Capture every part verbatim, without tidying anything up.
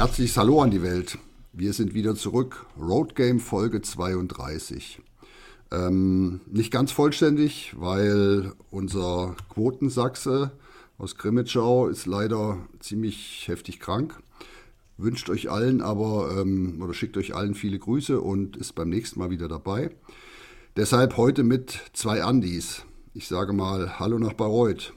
herzliches Hallo an die Welt. Wir sind wieder zurück. Road Game Folge zweiunddreißig. Ähm, nicht ganz vollständig, weil unser Quotensachse aus Grimmitschau ist leider ziemlich heftig krank. Wünscht euch allen aber ähm, oder schickt euch allen viele Grüße und ist beim nächsten Mal wieder dabei. Deshalb heute mit zwei Andis. Ich sage mal Hallo nach Bayreuth.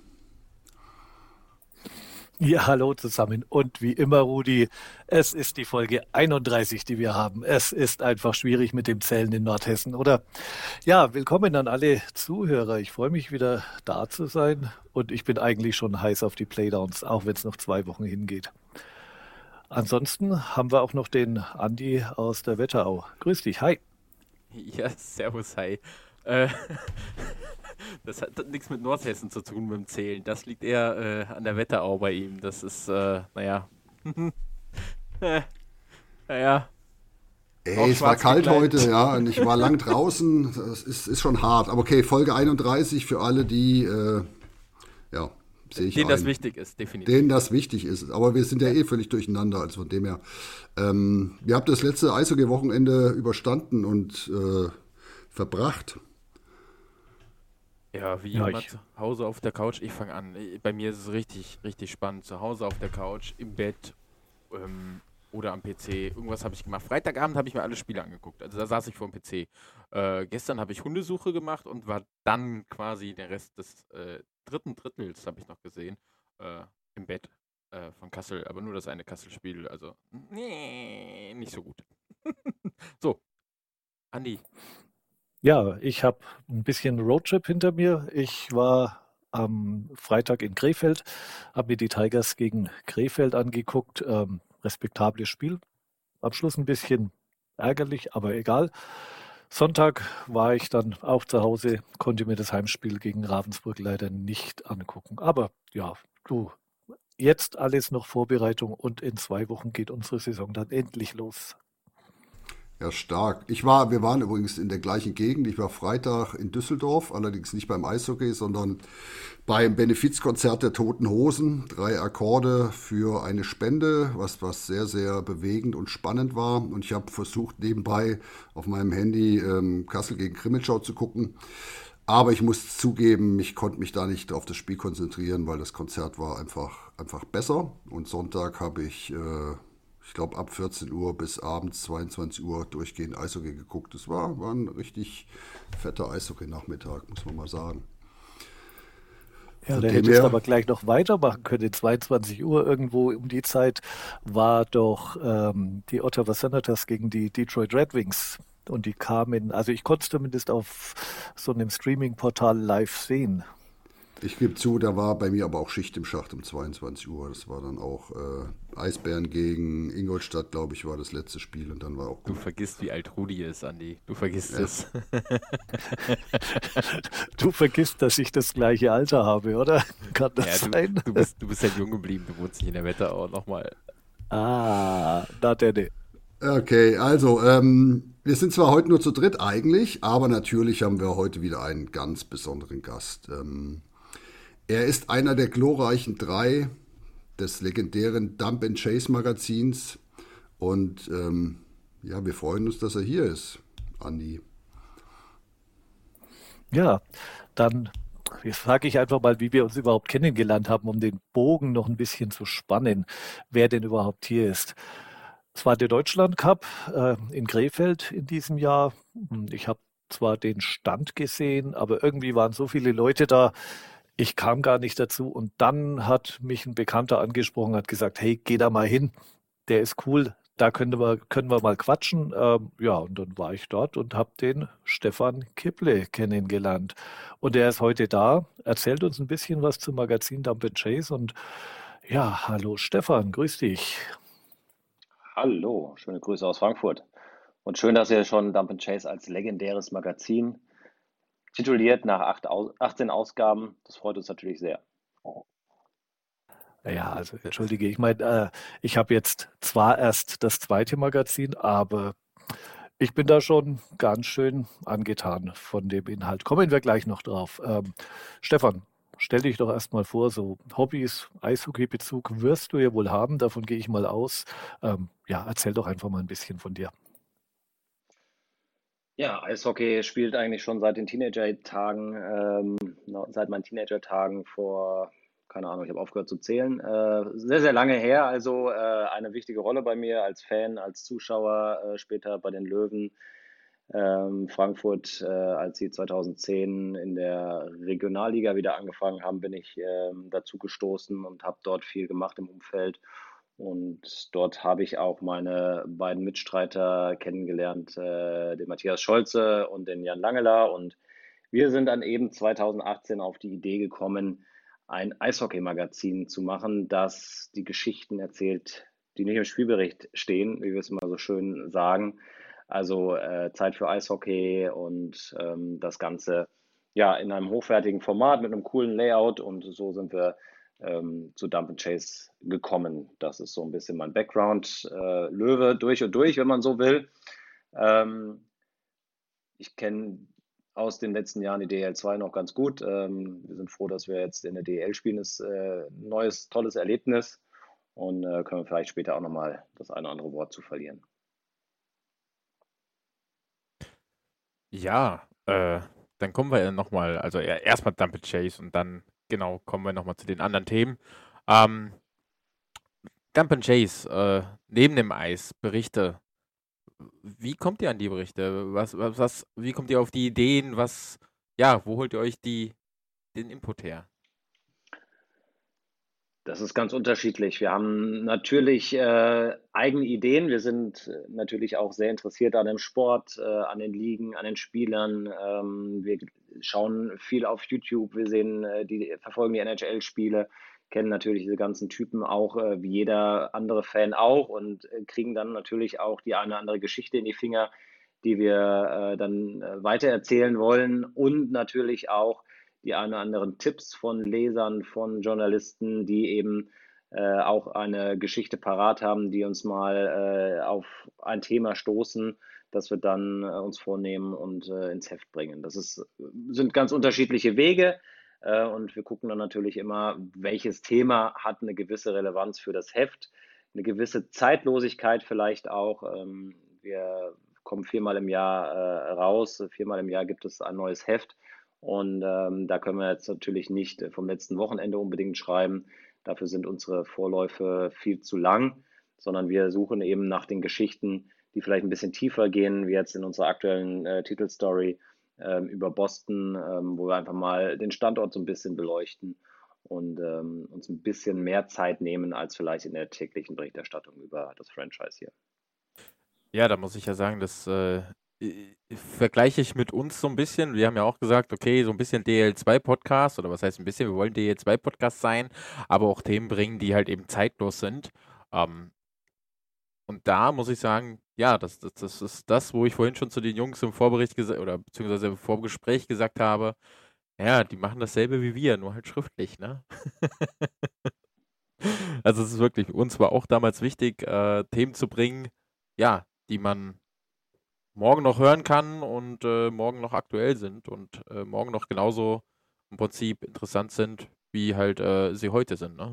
Ja, hallo zusammen. Und wie immer, Rudi, es ist die Folge einunddreißig, die wir haben. Es ist einfach schwierig mit dem Zählen in Nordhessen, oder? Ja, willkommen an alle Zuhörer. Ich freue mich wieder da zu sein und ich bin eigentlich schon heiß auf die Playdowns, auch wenn es noch zwei Wochen hingeht. Ansonsten haben wir auch noch den Andi aus der Wetterau. Grüß dich, hi. Ja, servus, hi. Äh, das hat nichts mit Nordhessen zu tun mit dem Zählen. Das liegt eher äh, an der Wetterau bei ihm. Das ist, äh, naja. äh, naja. Ey, es war kalt heute, ja, und ich war lang draußen. Das ist, ist schon hart. Aber okay, Folge einunddreißig für alle, die, äh, ja, sehe ich Denen ein. das wichtig ist, definitiv. Denen das wichtig ist. Aber wir sind ja eh völlig durcheinander, also von dem her. Ähm, wir haben das letzte Eishockey-Wochenende überstanden und äh, verbracht. Ja, wie Ja, immer ich, zu Hause auf der Couch. Ich fange an. Bei mir ist es richtig, richtig spannend. Zu Hause auf der Couch, im Bett ähm, oder am P C. Irgendwas habe ich gemacht. Freitagabend habe ich mir alle Spiele angeguckt. Also da saß ich vor dem P C. Äh, gestern habe ich Hundesuche gemacht und war dann quasi der Rest des äh, dritten Drittels, habe ich noch gesehen, äh, im Bett äh, von Kassel. Aber nur das eine Kassel-Spiel. Also, nee, nicht so gut. So, Andi. ja, ich habe ein bisschen Roadtrip hinter mir. Ich war am Freitag in Krefeld, habe mir die Tigers gegen Krefeld angeguckt. Ähm, respektables Spiel. Am Schluss ein bisschen ärgerlich, aber egal. Sonntag war ich dann auch zu Hause, konnte mir das Heimspiel gegen Ravensburg leider nicht angucken. Aber ja, du, jetzt alles noch Vorbereitung und in zwei Wochen geht unsere Saison dann endlich los. Ja, stark. Ich war, wir waren übrigens in der gleichen Gegend. Ich war Freitag in Düsseldorf, allerdings nicht beim Eishockey, sondern beim Benefizkonzert der Toten Hosen. Drei Akkorde für eine Spende, was, was sehr, sehr bewegend und spannend war. Und ich habe versucht, nebenbei auf meinem Handy ähm, Kassel gegen Grimmitschau zu gucken. Aber ich muss zugeben, ich konnte mich da nicht auf das Spiel konzentrieren, weil das Konzert war einfach, einfach besser. Und Sonntag habe ich äh, ich glaube, ab vierzehn Uhr bis abends zweiundzwanzig Uhr durchgehend Eishockey geguckt. Das war, war ein richtig fetter Eishockey-Nachmittag, muss man mal sagen. Ja, Von da dem hättest du her, aber gleich noch weitermachen können. zweiundzwanzig Uhr irgendwo um die Zeit war doch ähm, die Ottawa Senators gegen die Detroit Red Wings. Und die kamen, also ich konnte es zumindest auf so einem Streaming-Portal live sehen. ich gebe zu, da war bei mir aber auch Schicht im Schacht um zweiundzwanzig Uhr. Das war dann auch äh, Eisbären gegen Ingolstadt, glaube ich, war das letzte Spiel und dann war auch Du gut. vergisst, wie alt Rudi ist, Andi. Du vergisst Ja. es. Du vergisst, dass ich das gleiche Alter habe, oder? Kann Ja, das du, sein? du bist, du bist halt jung geblieben. Du wohnst nicht in der Wetterau. Nochmal. Ah, na denn. Okay, also ähm, wir sind zwar heute nur zu dritt eigentlich, aber natürlich haben wir heute wieder einen ganz besonderen Gast. Ähm, er ist einer der glorreichen drei des legendären Dump and Chase Magazins und ähm, ja, wir freuen uns, dass er hier ist, Andi. Ja, dann frage ich einfach mal, wie wir uns überhaupt kennengelernt haben, um den Bogen noch ein bisschen zu spannen, wer denn überhaupt hier ist. Es war der Deutschland Cup äh, in Krefeld in diesem Jahr. Hm, Ich habe zwar den Stand gesehen, aber irgendwie waren so viele Leute da, ich kam gar nicht dazu. Und dann hat mich ein Bekannter angesprochen, hat gesagt, hey, geh da mal hin, der ist cool, da können wir, können wir mal quatschen. Ähm, ja, und dann war ich dort und habe den Stefan Kipple kennengelernt. Und er ist heute da, erzählt uns ein bisschen was zum Magazin Dump and Chase. Und ja, hallo Stefan, grüß dich. Hallo, schöne Grüße aus Frankfurt. Und schön, dass ihr schon Dump and Chase als legendäres Magazin tituliert nach acht Aus achtzehn Ausgaben. Das freut uns natürlich sehr. Ja, also entschuldige, ich meine, äh, ich habe jetzt zwar erst das zweite Magazin, aber ich bin da schon ganz schön angetan von dem Inhalt. Kommen wir gleich noch drauf. Ähm, Stefan, stell dich doch erstmal vor, so Hobbys, Eishockey-Bezug wirst du ja wohl haben, davon gehe ich mal aus. Ähm, ja, erzähl doch einfach mal ein bisschen von dir. Ja, Eishockey spielt eigentlich schon seit den Teenager-Tagen, ähm, na- seit meinen Teenager-Tagen vor, keine Ahnung, ich habe aufgehört zu zählen. Äh, sehr, sehr lange her, also äh, eine wichtige Rolle bei mir als Fan, als Zuschauer, äh, später bei den Löwen. Ähm, Frankfurt, äh, als sie zweitausendzehn in der Regionalliga wieder angefangen haben, bin ich ähm, dazu gestoßen und habe dort viel gemacht im Umfeld. Und dort habe ich auch meine beiden Mitstreiter kennengelernt, äh, den Matthias Scholze und den Jan Langeler. Und wir sind dann eben zweitausendachtzehn auf die Idee gekommen, ein Eishockey-Magazin zu machen, das die Geschichten erzählt, die nicht im Spielbericht stehen, wie wir es immer so schön sagen. Also äh, Zeit für Eishockey und ähm, das Ganze ja in einem hochwertigen Format mit einem coolen Layout, und so sind wir ähm, zu Dump and Chase gekommen. Das ist so ein bisschen mein Background. Äh, Löwe durch und durch, wenn man so will. Ähm, ich kenne aus den letzten Jahren die D L zwei noch ganz gut. Ähm, wir sind froh, dass wir jetzt in der D L spielen. Das ist äh, ein neues, tolles Erlebnis, und äh, können wir vielleicht später auch nochmal das eine oder andere Wort zu verlieren. Ja, äh, dann kommen wir nochmal, also ja, erstmal Dump and Chase und dann, genau, kommen wir nochmal zu den anderen Themen. Ähm, Dump and Chase, äh, neben dem Eis, Berichte. Wie kommt ihr an die Berichte? Was, was, was, wie kommt ihr auf die Ideen? Was, ja, wo holt ihr euch die, den Input her? Das ist ganz unterschiedlich. Wir haben natürlich äh, eigene Ideen. Wir sind äh, natürlich auch sehr interessiert an dem Sport, äh, an den Ligen, an den Spielern. Ähm, wir schauen viel auf YouTube. Wir sehen, äh, die verfolgen die N H L-Spiele, kennen natürlich diese ganzen Typen auch, äh, wie jeder andere Fan auch, und äh, kriegen dann natürlich auch die eine oder andere Geschichte in die Finger, die wir äh, dann äh, weitererzählen wollen, und natürlich auch die ein oder anderen Tipps von Lesern, von Journalisten, die eben äh, auch eine Geschichte parat haben, die uns mal äh, auf ein Thema stoßen, das wir dann äh, uns vornehmen und äh, ins Heft bringen. Das ist, sind ganz unterschiedliche Wege, äh, und wir gucken dann natürlich immer, welches Thema hat eine gewisse Relevanz für das Heft, eine gewisse Zeitlosigkeit vielleicht auch. Ähm, wir kommen viermal im Jahr äh, raus, viermal im Jahr gibt es ein neues Heft. Und ähm, da können wir jetzt natürlich nicht vom letzten Wochenende unbedingt schreiben. Dafür sind unsere Vorläufe viel zu lang, sondern wir suchen eben nach den Geschichten, die vielleicht ein bisschen tiefer gehen, wie jetzt in unserer aktuellen äh, Titelstory ähm, über Boston, ähm, wo wir einfach mal den Standort so ein bisschen beleuchten und ähm, uns ein bisschen mehr Zeit nehmen als vielleicht in der täglichen Berichterstattung über das Franchise hier. Ja, da muss ich ja sagen, das äh, äh, vergleiche ich mit uns so ein bisschen. Wir haben ja auch gesagt, okay, so ein bisschen D L zwei Podcast, oder was heißt ein bisschen, wir wollen D L zwei Podcast sein, aber auch Themen bringen, die halt eben zeitlos sind. Ähm, und da muss ich sagen, ja, das, das, das ist das, wo ich vorhin schon zu den Jungs im Vorbericht gesagt, oder beziehungsweise im Vorgespräch gesagt habe, ja, die machen dasselbe wie wir, nur halt schriftlich, ne? Also es ist wirklich, uns war auch damals wichtig, äh, Themen zu bringen, ja, die man morgen noch hören kann und äh, morgen noch aktuell sind und äh, morgen noch genauso im Prinzip interessant sind, wie halt äh, sie heute sind, ne?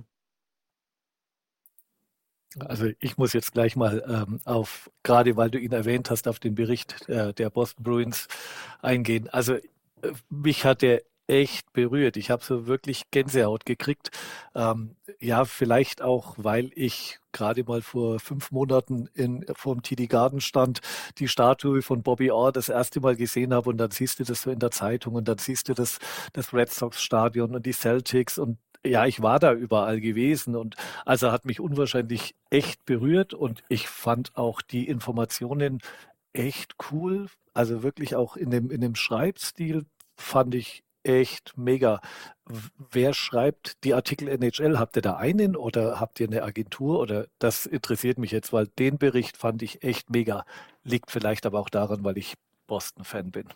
Also ich muss jetzt gleich mal ähm, auf, gerade weil du ihn erwähnt hast, auf den Bericht äh, der Boston Bruins eingehen. Also äh, mich hat der echt berührt. Ich habe so wirklich Gänsehaut gekriegt. Ähm, ja, vielleicht auch, weil ich gerade mal vor fünf Monaten in, vor dem T D Garden stand, die Statue von Bobby Orr das erste Mal gesehen habe, und dann siehst du das so in der Zeitung und dann siehst du das, das Red Sox Stadion und die Celtics, und ja, ich war da überall gewesen, und also hat mich unwahrscheinlich echt berührt, und ich fand auch die Informationen echt cool. Also wirklich auch in dem, in dem Schreibstil fand ich echt mega. W- Wer schreibt die Artikel N H L? Habt ihr da einen oder habt ihr eine Agentur? Oder das interessiert mich jetzt, weil den Bericht fand ich echt mega. Liegt vielleicht aber auch daran, weil ich Boston-Fan bin.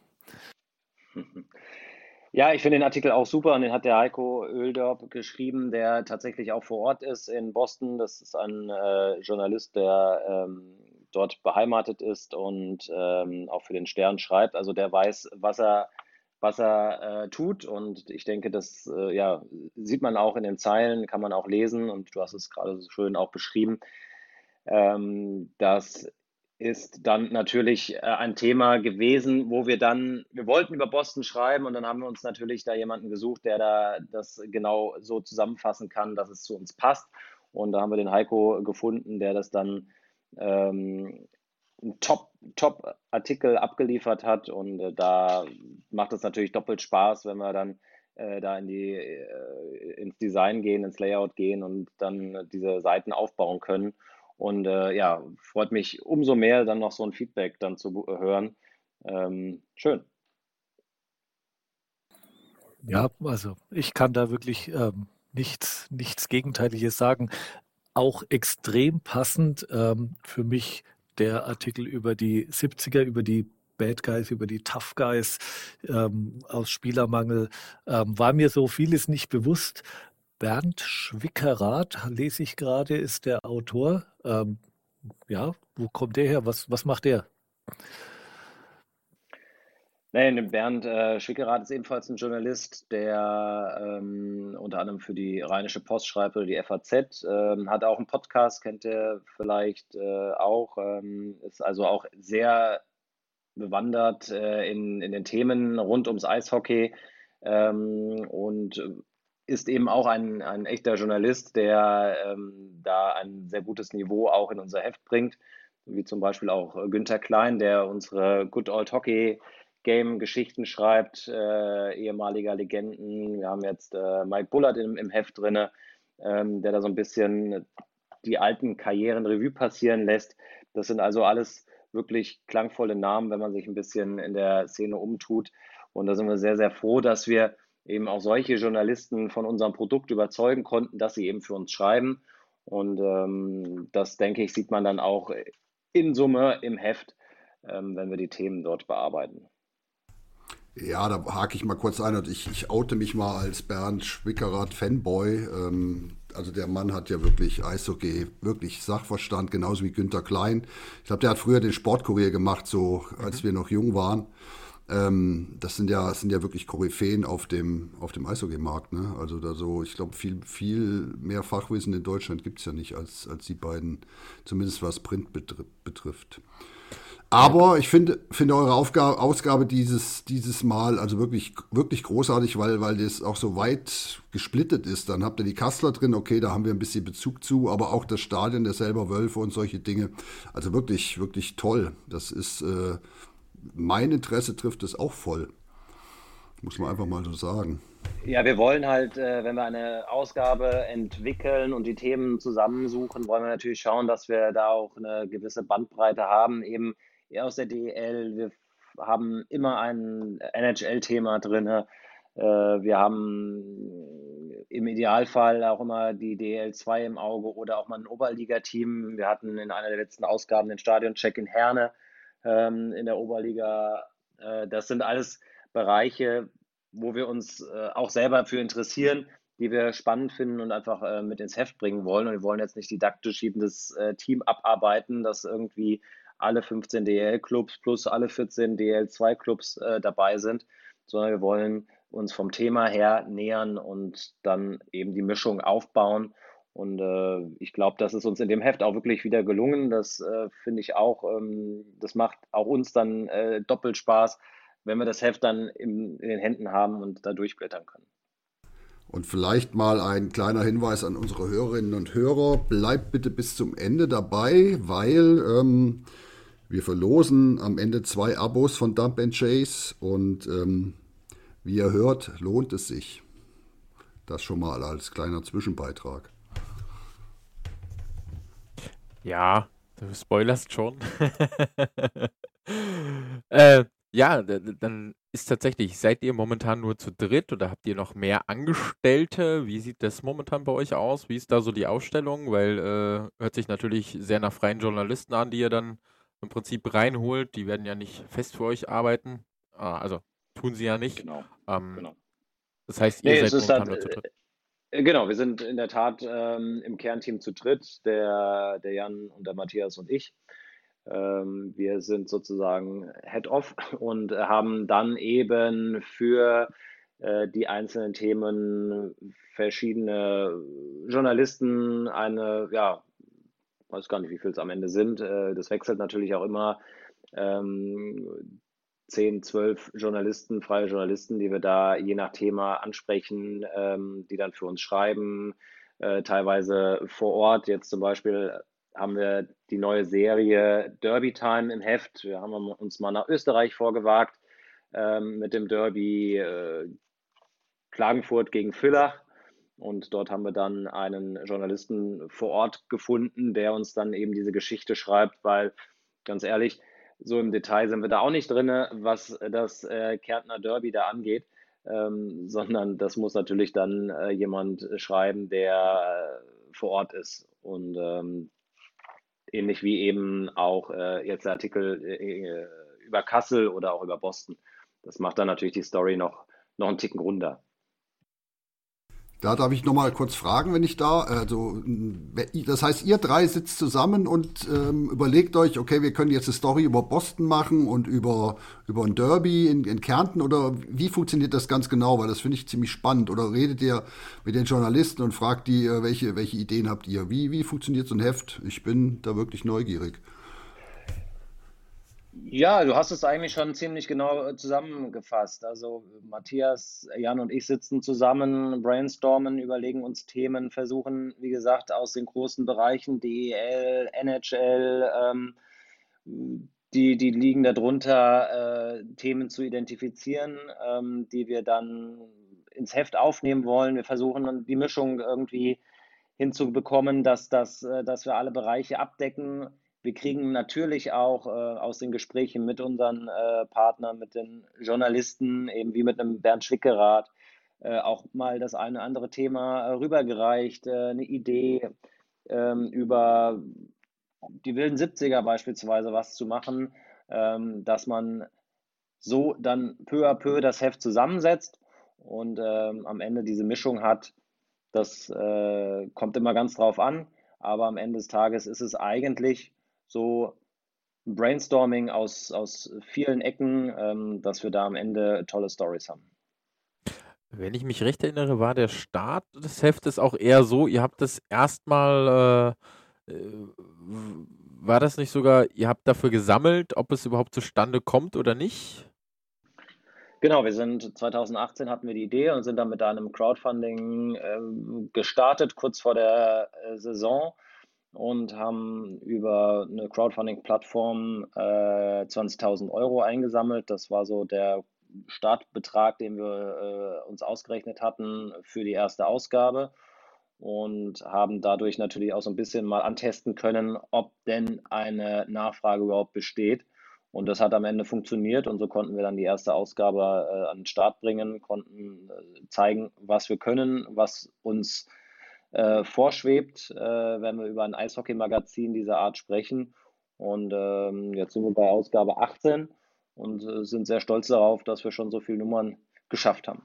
Ja, ich finde den Artikel auch super, und den hat der Heiko Oeldorp geschrieben, der tatsächlich auch vor Ort ist in Boston. Das ist ein äh, Journalist, der ähm, dort beheimatet ist und ähm, auch für den Stern schreibt. Also der weiß, was er was er äh, tut. Und ich denke, das äh, ja, sieht man auch in den Zeilen, kann man auch lesen. Und du hast es gerade so schön auch beschrieben. Ähm, das ist dann natürlich äh, ein Thema gewesen, wo wir dann, wir wollten über Boston schreiben und dann haben wir uns natürlich da jemanden gesucht, der da das genau so zusammenfassen kann, dass es zu uns passt. Und da haben wir den Heiko gefunden, der das dann ähm, einen Top, Top-Artikel abgeliefert hat. Und äh, da macht es natürlich doppelt Spaß, wenn wir dann äh, da in die, äh, ins Design gehen, ins Layout gehen und dann diese Seiten aufbauen können. Und äh, ja, freut mich umso mehr, dann noch so ein Feedback dann zu äh, hören. Ähm, schön. Ja, also ich kann da wirklich ähm, nichts, nichts Gegenteiliges sagen. Auch extrem passend ähm, für mich der Artikel über die siebziger, über die Bad Guys, über die Tough Guys ähm, aus Spielermangel. Ähm, war mir so vieles nicht bewusst. Bernd Schwickerath, lese ich gerade, ist der Autor. Ähm, ja, wo kommt der her? Was, was macht der? Nee, ne, Bernd äh, Schwickerath ist ebenfalls ein Journalist, der ähm, unter anderem für die Rheinische Post schreibt oder die F A Z, ähm, hat auch einen Podcast, kennt ihr vielleicht äh, auch, ähm, ist also auch sehr bewandert äh, in, in den Themen rund ums Eishockey ähm, und ist eben auch ein, ein echter Journalist, der ähm, da ein sehr gutes Niveau auch in unser Heft bringt, wie zum Beispiel auch äh, Günther Klein, der unsere Good Old Hockey Game-Geschichten schreibt, äh, ehemaliger Legenden. Wir haben jetzt äh, Mike Bullard im, im Heft drin, ähm, der da so ein bisschen die alten Karrieren Revue passieren lässt. Das sind also alles wirklich klangvolle Namen, wenn man sich ein bisschen in der Szene umtut. Und da sind wir sehr, sehr froh, dass wir eben auch solche Journalisten von unserem Produkt überzeugen konnten, dass sie eben für uns schreiben. Und ähm, das, denke ich, sieht man dann auch in Summe im Heft, ähm, wenn wir die Themen dort bearbeiten. Ja, da hake ich mal kurz ein und ich, ich oute mich mal als Bernd Schwickerath Fanboy. Ähm, also der Mann hat ja wirklich Eishockey, wirklich Sachverstand, genauso wie Günther Klein. Ich glaube, der hat früher den Sportkurier gemacht, so als wir noch jung waren. Ähm, das sind ja, das sind ja wirklich Koryphäen auf dem, auf dem Eishockeymarkt. Ne? Also da so, ich glaube, viel, viel mehr Fachwissen in Deutschland gibt es ja nicht als, als die beiden, zumindest was Print betri- betrifft. Aber ich finde, finde eure Aufgabe, Ausgabe dieses, dieses Mal also wirklich, wirklich großartig, weil, weil das auch so weit gesplittet ist. Dann habt ihr die Kassler drin, okay, da haben wir ein bisschen Bezug zu, aber auch das Stadion der selber Wölfe und solche Dinge. Also wirklich, wirklich toll. Das ist, äh, mein Interesse trifft es auch voll. Muss man einfach mal so sagen. Ja, wir wollen halt, äh, wenn wir eine Ausgabe entwickeln und die Themen zusammensuchen, wollen wir natürlich schauen, dass wir da auch eine gewisse Bandbreite haben, eben eher aus der D E L. Wir haben immer ein N H L-Thema drin. Äh, wir haben im Idealfall auch immer die D E L zwei im Auge oder auch mal ein Oberliga-Team. Wir hatten in einer der letzten Ausgaben den Stadioncheck in Herne ähm, in der Oberliga. Äh, das sind alles Bereiche, wo wir uns äh, auch selber für interessieren, die wir spannend finden und einfach äh, mit ins Heft bringen wollen. Und wir wollen jetzt nicht didaktisch jedes äh, Team abarbeiten, dass irgendwie alle fünfzehn D E L-Clubs plus alle vierzehn D E L zwei Clubs äh, dabei sind, sondern wir wollen uns vom Thema her nähern und dann eben die Mischung aufbauen. Und äh, ich glaube, das ist uns in dem Heft auch wirklich wieder gelungen. Das äh, finde ich auch, ähm, das macht auch uns dann äh, doppelt Spaß, wenn wir das Heft dann im, in den Händen haben und da durchblättern können. Und vielleicht mal ein kleiner Hinweis an unsere Hörerinnen und Hörer. Bleibt bitte bis zum Ende dabei, weil ähm, wir verlosen am Ende zwei Abos von Dump and Chase und ähm, wie ihr hört, lohnt es sich. Das schon mal als kleiner Zwischenbeitrag. Ja, du spoilerst schon. äh, ja, d- d- dann ist tatsächlich, seid ihr momentan nur zu dritt oder habt ihr noch mehr Angestellte? Wie sieht das momentan bei euch aus? Wie ist da so die Aufstellung? Weil äh, hört sich natürlich sehr nach freien Journalisten an, die ihr dann im Prinzip reinholt. Die werden ja nicht fest für euch arbeiten. Ah, also tun sie ja nicht. Genau, Ähm, genau. das heißt, ihr Nee, es seid ist momentan halt, nur zu dritt. äh, genau, wir sind in der Tat ähm, im Kernteam zu dritt, der, der Jan und der Matthias und ich. Ähm, wir sind sozusagen Head-Off und haben dann eben für äh, die einzelnen Themen verschiedene Journalisten eine, ja, weiß gar nicht, wie viel es am Ende sind. Äh, das wechselt natürlich auch immer. Ähm, zehn, zwölf Journalisten, freie Journalisten, die wir da je nach Thema ansprechen, ähm, die dann für uns schreiben, äh, teilweise vor Ort. Jetzt zum Beispiel haben wir die neue Serie Derby Time im Heft. Wir haben uns mal nach Österreich vorgewagt ähm, mit dem Derby äh, Klagenfurt gegen Villach. Und dort haben wir dann einen Journalisten vor Ort gefunden, der uns dann eben diese Geschichte schreibt, weil ganz ehrlich, so im Detail sind wir da auch nicht drin, was das äh, Kärntner Derby da angeht, ähm, sondern das muss natürlich dann äh, jemand schreiben, der äh, vor Ort ist. Und ähm, ähnlich wie eben auch äh, jetzt der Artikel äh, über Kassel oder auch über Boston. Das macht dann natürlich die Story noch, noch einen Ticken runder. Da darf ich nochmal kurz fragen, wenn ich da, also das heißt, ihr drei sitzt zusammen und ähm, überlegt euch, okay, wir können jetzt eine Story über Boston machen und über, über ein Derby in, in Kärnten, oder wie funktioniert das ganz genau? Weil das finde ich ziemlich spannend. Oder redet ihr mit den Journalisten und fragt die, welche, welche Ideen habt ihr? Wie, wie funktioniert so ein Heft? Ich bin da wirklich neugierig. Ja, du hast es eigentlich schon ziemlich genau zusammengefasst. Also Matthias, Jan und ich sitzen zusammen, brainstormen, überlegen uns Themen, versuchen, wie gesagt, aus den großen Bereichen D E L, N H L, ähm, die, die liegen darunter, äh, Themen zu identifizieren, ähm, die wir dann ins Heft aufnehmen wollen. Wir versuchen die Mischung irgendwie hinzubekommen, dass, das, äh, dass wir alle Bereiche abdecken. Wir kriegen natürlich auch äh, aus den Gesprächen mit unseren äh, Partnern, mit den Journalisten, eben wie mit einem Bernd Schwickerath, äh, auch mal das eine andere Thema äh, rübergereicht, äh, eine Idee ähm, über die wilden siebziger beispielsweise was zu machen, ähm, dass man so dann peu à peu das Heft zusammensetzt und ähm, am Ende diese Mischung hat. Das äh, kommt immer ganz drauf an, aber am Ende des Tages ist es eigentlich so Brainstorming aus, aus vielen Ecken, ähm, dass wir da am Ende tolle Stories haben. Wenn ich mich recht erinnere, war der Start des Heftes auch eher so, ihr habt das erstmal, äh, äh, war das nicht sogar, ihr habt dafür gesammelt, ob es überhaupt zustande kommt oder nicht? Genau, wir sind zwanzig achtzehn hatten wir die Idee und sind dann mit einem Crowdfunding äh, gestartet, kurz vor der äh, Saison, und haben über eine Crowdfunding-Plattform äh, zwanzigtausend Euro eingesammelt. Das war so der Startbetrag, den wir äh, uns ausgerechnet hatten für die erste Ausgabe, und haben dadurch natürlich auch so ein bisschen mal antesten können, ob denn eine Nachfrage überhaupt besteht. Und das hat am Ende funktioniert, und so konnten wir dann die erste Ausgabe äh, an den Start bringen, konnten äh, zeigen, was wir können, was uns äh, vorschwebt, äh, wenn wir über ein Eishockey-Magazin dieser Art sprechen. Und ähm, jetzt sind wir bei Ausgabe achtzehn und äh, sind sehr stolz darauf, dass wir schon so viele Nummern geschafft haben.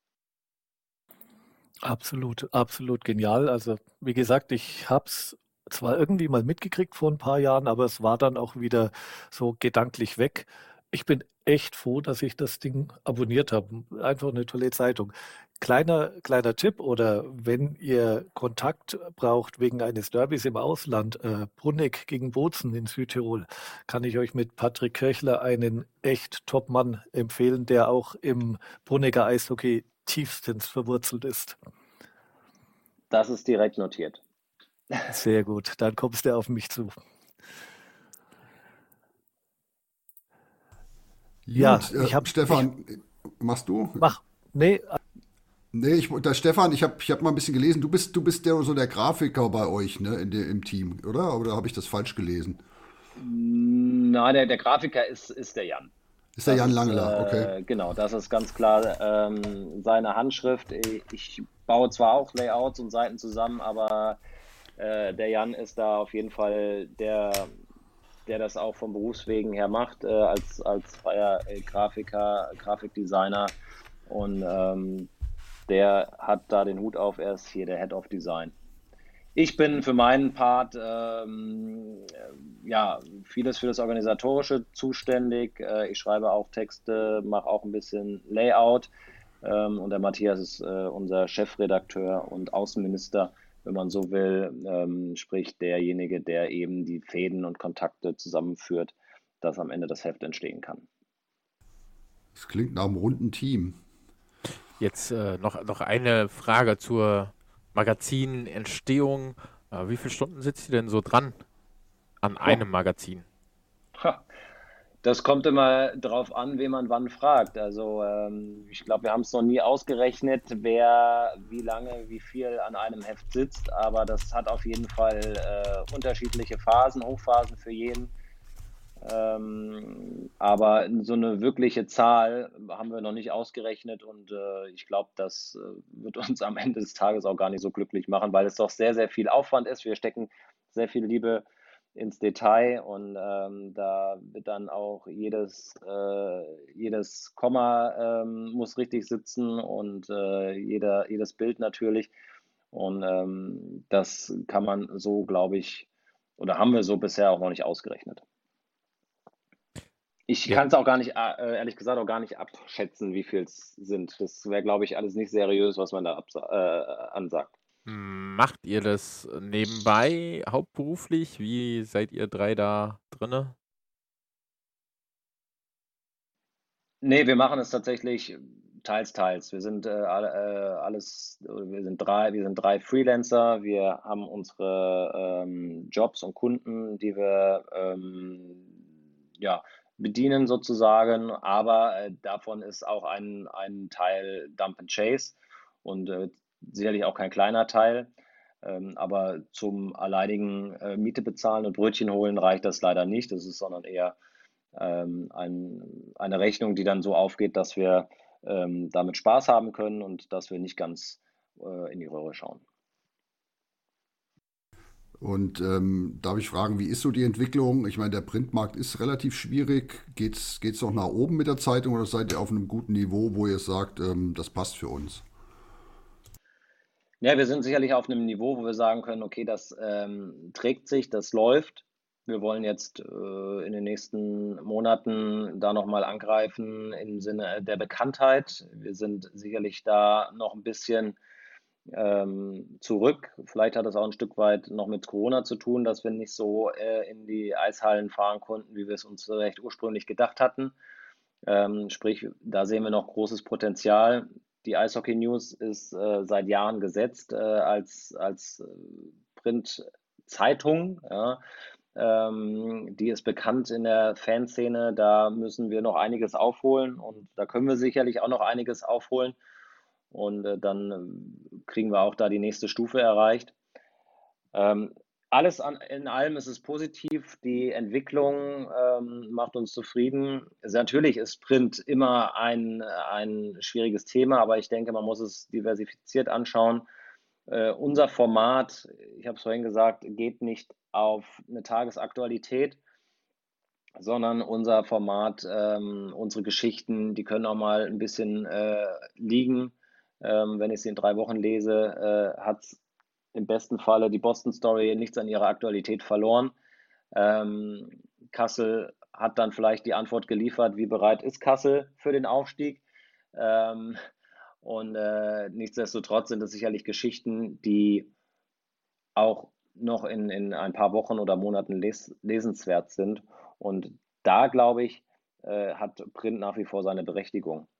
Absolut, absolut genial. Also wie gesagt, ich habe es zwar irgendwie mal mitgekriegt vor ein paar Jahren, aber es war dann auch wieder so gedanklich weg. Ich bin echt froh, dass ich das Ding abonniert habe. Einfach eine tolle Zeitung. Kleiner, kleiner Tipp, oder wenn ihr Kontakt braucht wegen eines Derbys im Ausland, äh, Bruneck gegen Bozen in Südtirol, kann ich euch mit Patrick Kirchler einen echt Top-Mann empfehlen, der auch im Brunegger Eishockey tiefstens verwurzelt ist. Das ist direkt notiert. Sehr gut, dann kommst du auf mich zu. Gut, Ja, äh, ich habe, ich Stefan, machst du? mach, nee, Nee, ich, der Stefan, ich habe ich hab mal ein bisschen gelesen, du bist, du bist der, so der Grafiker bei euch, ne, in der, im Team, oder? Oder habe ich das falsch gelesen? Na, der, der Grafiker ist, ist der Jan. Ist der Das Jan ist, Langler, okay. äh, genau, das ist ganz klar ähm, seine Handschrift. Ich, ich baue zwar auch Layouts und Seiten zusammen, aber äh, der Jan ist da auf jeden Fall der, der das auch vom Berufswegen her macht, äh, als, als freier äh, Grafiker, Grafikdesigner. Und ähm, der hat da den Hut auf, er ist hier der Head of Design. Ich bin für meinen Part ähm, äh, ja vieles für das Organisatorische zuständig. Äh, ich schreibe auch Texte, mache auch ein bisschen Layout. Ähm, und der Matthias ist äh, unser Chefredakteur und Außenminister, wenn man so will, ähm, sprich derjenige, der eben die Fäden und Kontakte zusammenführt, dass am Ende das Heft entstehen kann. Das klingt nach einem runden Team. Jetzt äh, noch, noch eine Frage zur Magazinentstehung. Äh, wie viele Stunden sitzt ihr denn so dran an einem Magazin? Ha, das kommt immer drauf an, wen man wann fragt. Also ähm, ich glaube, wir haben es noch nie ausgerechnet, wer wie lange, wie viel an einem Heft sitzt. Aber das hat auf jeden Fall äh, unterschiedliche Phasen, Hochphasen für jeden. Ähm, aber so eine wirkliche Zahl haben wir noch nicht ausgerechnet und äh, ich glaube, das äh, wird uns am Ende des Tages auch gar nicht so glücklich machen, weil es doch sehr, sehr viel Aufwand ist. Wir stecken sehr viel Liebe ins Detail und ähm, da wird dann auch jedes, äh, jedes Komma ähm, muss richtig sitzen und äh, jeder, jedes Bild natürlich. Und ähm, das kann man so, glaube ich, oder haben wir so bisher auch noch nicht ausgerechnet. Ich Ja. kann es auch gar nicht, äh, ehrlich gesagt, auch gar nicht abschätzen, wie viel es sind. Das wäre, glaube ich, alles nicht seriös, was man da absa- äh, ansagt. Macht ihr das nebenbei, hauptberuflich? Wie seid ihr drei da drinne? Nee, wir machen es tatsächlich teils, teils. Wir sind äh, alle, äh, alles, wir sind drei, wir sind drei Freelancer. Wir haben unsere ähm, Jobs und Kunden, die wir ähm, ja, bedienen sozusagen. Aber äh, davon ist auch ein, ein Teil Dump and Chase und äh, sicherlich auch kein kleiner Teil. Ähm, aber zum alleinigen äh, Miete bezahlen und Brötchen holen reicht das leider nicht. Das ist sondern eher ähm, ein, eine Rechnung, die dann so aufgeht, dass wir ähm, damit Spaß haben können und dass wir nicht ganz äh, in die Röhre schauen. Und ähm, darf ich fragen, wie ist so die Entwicklung? Ich meine, der Printmarkt ist relativ schwierig. Geht's, geht's noch nach oben mit der Zeitung oder seid ihr auf einem guten Niveau, wo ihr sagt, ähm, das passt für uns? Ja, wir sind sicherlich auf einem Niveau, wo wir sagen können, okay, das ähm, trägt sich, das läuft. Wir wollen jetzt äh, in den nächsten Monaten da nochmal angreifen im Sinne der Bekanntheit. Wir sind sicherlich da noch ein bisschen ähm, zurück. Vielleicht hat das auch ein Stück weit noch mit Corona zu tun, dass wir nicht so äh, in die Eishallen fahren konnten, wie wir es uns recht ursprünglich gedacht hatten. Ähm, sprich, da sehen wir noch großes Potenzial. Die Eishockey News ist äh, seit Jahren gesetzt äh, als, als äh, Printzeitung. Ja. Ähm, die ist bekannt in der Fanszene. Da müssen wir noch einiges aufholen und da können wir sicherlich auch noch einiges aufholen. Und äh, dann äh, kriegen wir auch da die nächste Stufe erreicht. Ähm, alles an, in allem ist es positiv. Die Entwicklung ähm, macht uns zufrieden. Also natürlich ist Print immer ein, ein schwieriges Thema, aber ich denke, man muss es diversifiziert anschauen. Äh, unser Format, ich habe es vorhin gesagt, geht nicht auf eine Tagesaktualität, sondern unser Format, ähm, unsere Geschichten, die können auch mal ein bisschen äh, liegen. Ähm, wenn ich sie in drei Wochen lese, äh, hat es im besten Falle die Boston Story nichts an ihrer Aktualität verloren. Ähm, Kassel hat dann vielleicht die Antwort geliefert, wie bereit ist Kassel für den Aufstieg. Ähm, und äh, nichtsdestotrotz sind es sicherlich Geschichten, die auch noch in, in ein paar Wochen oder Monaten les lesenswert sind. Und da, glaube ich, äh, hat Print nach wie vor seine Berechtigung.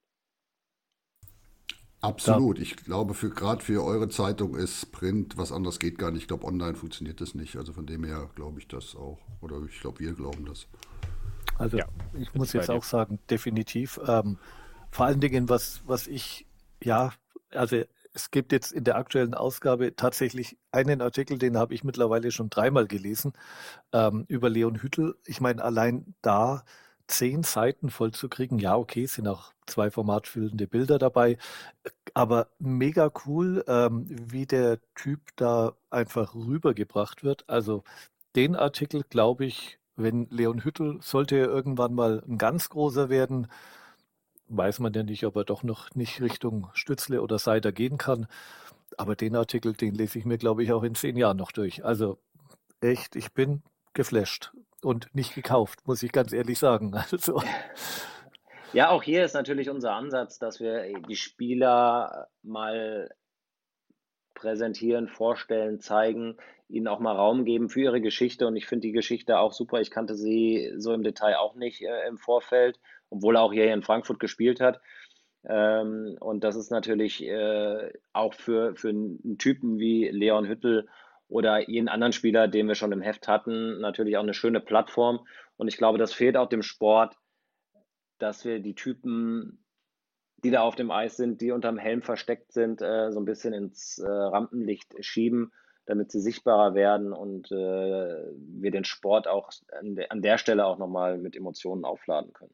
Da, Absolut. Ich glaube, für gerade für eure Zeitung ist Print, was anderes geht gar nicht. Ich glaube, online funktioniert das nicht. Also von dem her glaube ich das auch. Oder ich glaube, wir glauben das. also Ja, ich bin muss ich bei jetzt dir. auch sagen, definitiv. Ähm, vor allen Dingen, was, was ich, ja, also es gibt jetzt in der aktuellen Ausgabe tatsächlich einen Artikel, den habe ich mittlerweile schon dreimal gelesen, ähm, über Leon Hüttel. Ich meine, allein da zehn Seiten voll zu kriegen, ja, okay, es sind auch zwei formatfüllende Bilder dabei, aber mega cool, ähm, wie der Typ da einfach rübergebracht wird. Also den Artikel, glaube ich, wenn Leon Hüttel, sollte er irgendwann mal ein ganz großer werden, weiß man ja nicht, ob er doch noch nicht Richtung Stützle oder Seider gehen kann. aber den Artikel, den lese ich mir, glaube ich, auch in zehn Jahren noch durch. Also echt, ich bin geflasht und nicht gekauft, muss ich ganz ehrlich sagen. Also, Ja, auch hier ist natürlich unser Ansatz, dass wir die Spieler mal präsentieren, vorstellen, zeigen, ihnen auch mal Raum geben für ihre Geschichte. Und ich finde die Geschichte auch super. Ich kannte sie so im Detail auch nicht äh, im Vorfeld, obwohl er auch hier in Frankfurt gespielt hat. Ähm, und das ist natürlich äh, auch für, für einen Typen wie Leon Hüttel oder jeden anderen Spieler, den wir schon im Heft hatten, natürlich auch eine schöne Plattform. Und ich glaube, das fehlt auch dem Sport, dass wir die Typen, die da auf dem Eis sind, die unterm Helm versteckt sind, äh, so ein bisschen ins äh, Rampenlicht schieben, damit sie sichtbarer werden und äh, wir den Sport auch an, de an der Stelle auch nochmal mit Emotionen aufladen können.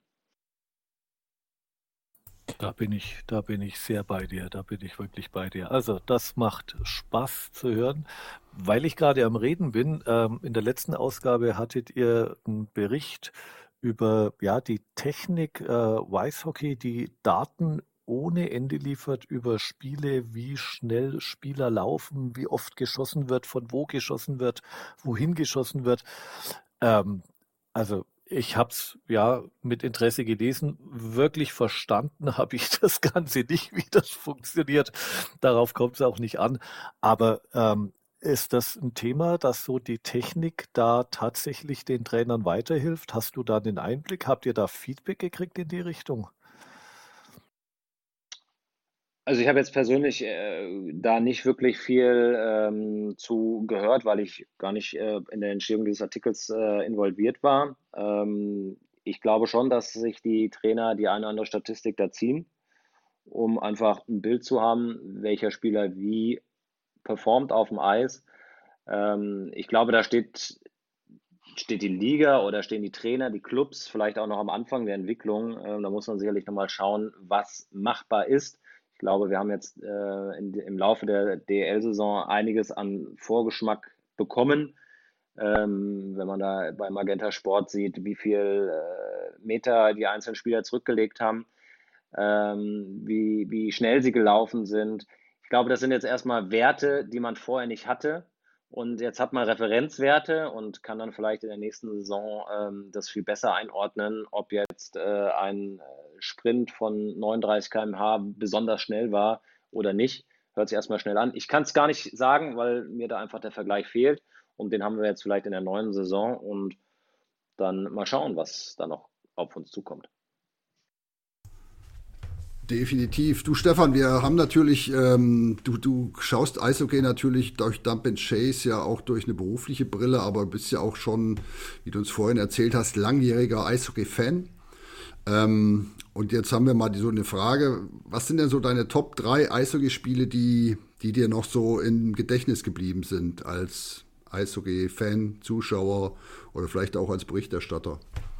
da bin ich, da bin ich sehr bei dir, da bin ich wirklich bei dir. Also das macht Spaß zu hören. Weil ich gerade am Reden bin, ähm, in der letzten Ausgabe hattet ihr einen Bericht über ja, die Technik äh, Eishockey, die Daten ohne Ende liefert über Spiele, wie schnell Spieler laufen, wie oft geschossen wird, von wo geschossen wird, wohin geschossen wird. Ähm, also ich habe es ja mit Interesse gelesen. Wirklich verstanden habe ich das Ganze nicht, wie das funktioniert. Darauf kommt es auch nicht an. Aber ähm, ist das ein Thema, dass so die Technik da tatsächlich den Trainern weiterhilft? Hast du da den Einblick? Habt ihr da Feedback gekriegt in die Richtung? Also ich habe jetzt persönlich äh, da nicht wirklich viel ähm, zu gehört, weil ich gar nicht äh, in der Entstehung dieses Artikels äh, involviert war. Ähm, ich glaube schon, dass sich die Trainer die eine oder andere Statistik da ziehen, um einfach ein Bild zu haben, welcher Spieler wie performt auf dem Eis. Ähm, ich glaube, da steht, steht die Liga oder stehen die Trainer, die Clubs vielleicht auch noch am Anfang der Entwicklung. Ähm, da muss man sicherlich nochmal schauen, was machbar ist. Ich glaube, wir haben jetzt äh, in, im Laufe der D E L-Saison einiges an Vorgeschmack bekommen. Ähm, wenn man da bei Magenta Sport sieht, wie viel äh, Meter die einzelnen Spieler zurückgelegt haben, ähm, wie, wie schnell sie gelaufen sind. Ich glaube, das sind jetzt erstmal Werte, die man vorher nicht hatte. Und jetzt hat man Referenzwerte und kann dann vielleicht in der nächsten Saison ähm, das viel besser einordnen, ob jetzt äh, ein Sprint von neununddreißig Kilometer pro Stunde besonders schnell war oder nicht. Hört sich erstmal schnell an. Ich kann es gar nicht sagen, weil mir da einfach der Vergleich fehlt. Und den haben wir jetzt vielleicht in der neuen Saison. Und dann mal schauen, was da noch auf uns zukommt. Definitiv. Du Stefan, wir haben natürlich, ähm, du, du schaust Eishockey natürlich durch Dump and Chase ja auch durch eine berufliche Brille, aber bist ja auch schon, wie du uns vorhin erzählt hast, langjähriger Eishockey-Fan. Ähm, und jetzt haben wir mal die, so eine Frage, was sind denn so deine Top drei Eishockeyspiele, die, die dir noch so im Gedächtnis geblieben sind als Eishockey-Fan, Zuschauer oder vielleicht auch als Berichterstatter?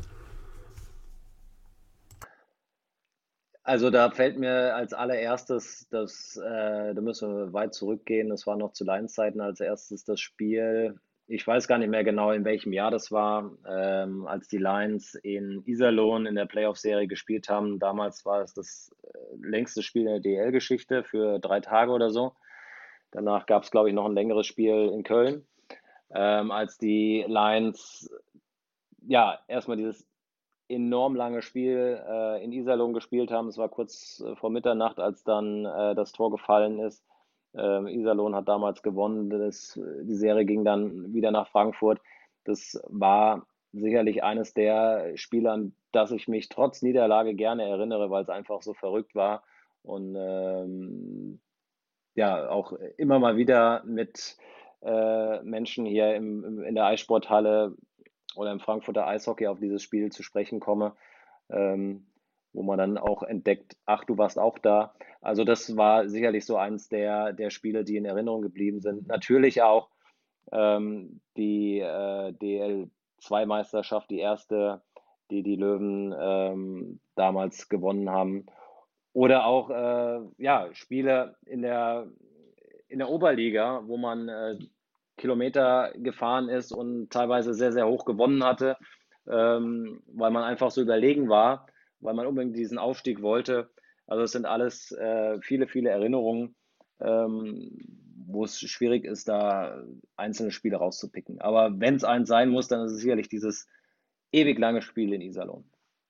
Also da fällt mir als allererstes das, äh, da müssen wir weit zurückgehen, das war noch zu Lions-Zeiten als erstes das Spiel. Ich weiß gar nicht mehr genau, in welchem Jahr das war, ähm, als die Lions in Iserlohn in der Playoff-Serie gespielt haben. Damals war es das äh, längste Spiel in der D E L-Geschichte für drei Tage oder so. Danach gab es, glaube ich, noch ein längeres Spiel in Köln, ähm, als die Lions ja erstmal dieses enorm lange Spiel äh, in Iserlohn gespielt haben. Es war kurz äh, vor Mitternacht, als dann äh, das Tor gefallen ist. Ähm, Iserlohn hat damals gewonnen. Das, die Serie ging dann wieder nach Frankfurt. Das war sicherlich eines der Spiele, an das ich mich trotz Niederlage gerne erinnere, weil es einfach so verrückt war und ähm, ja auch immer mal wieder mit äh, Menschen hier im, im, in der Eissporthalle oder im Frankfurter Eishockey auf dieses Spiel zu sprechen komme, ähm, wo man dann auch entdeckt, ach, du warst auch da. Also das war sicherlich so eins der, der Spiele, die in Erinnerung geblieben sind. Natürlich auch ähm, die äh, D L zwei Meisterschaft, die erste, die die Löwen ähm, damals gewonnen haben. Oder auch äh, ja, Spiele in der, in der Oberliga, wo man äh, Kilometer gefahren ist und teilweise sehr, sehr hoch gewonnen hatte, ähm, weil man einfach so überlegen war, weil man unbedingt diesen Aufstieg wollte. Also es sind alles äh, viele, viele Erinnerungen. ähm, wo es schwierig ist, da einzelne Spiele rauszupicken. Aber wenn es eins sein muss, dann ist es sicherlich dieses ewig lange Spiel in Iserlohn.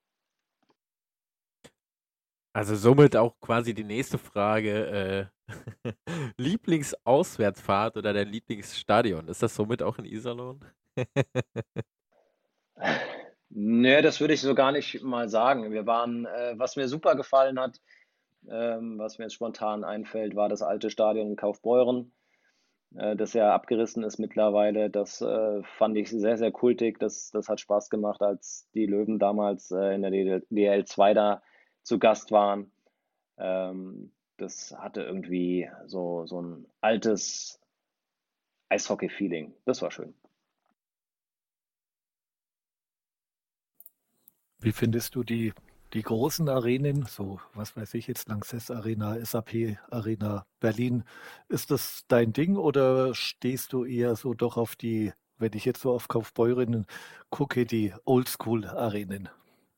Also somit auch quasi die nächste Frage. Äh, Lieblingsauswärtsfahrt oder dein Lieblingsstadion? Ist das somit auch in Iserlohn? Nee, das würde ich so gar nicht mal sagen. Wir waren, äh, was mir super gefallen hat, ähm, was mir jetzt spontan einfällt, war das alte Stadion in Kaufbeuren, äh, das ja abgerissen ist mittlerweile. Das äh, fand ich sehr, sehr kultig. Das, das hat Spaß gemacht, als die Löwen damals äh, in der D L zwei da zu Gast waren. Ähm, das hatte irgendwie so, so ein altes Eishockey-Feeling. Das war schön. Wie findest du die, die großen Arenen, so was weiß ich jetzt, Lanxess Arena, S A P Arena, Berlin? Ist das dein Ding oder stehst du eher so doch auf die, wenn ich jetzt so auf Kaufbeuren gucke, die Oldschool-Arenen?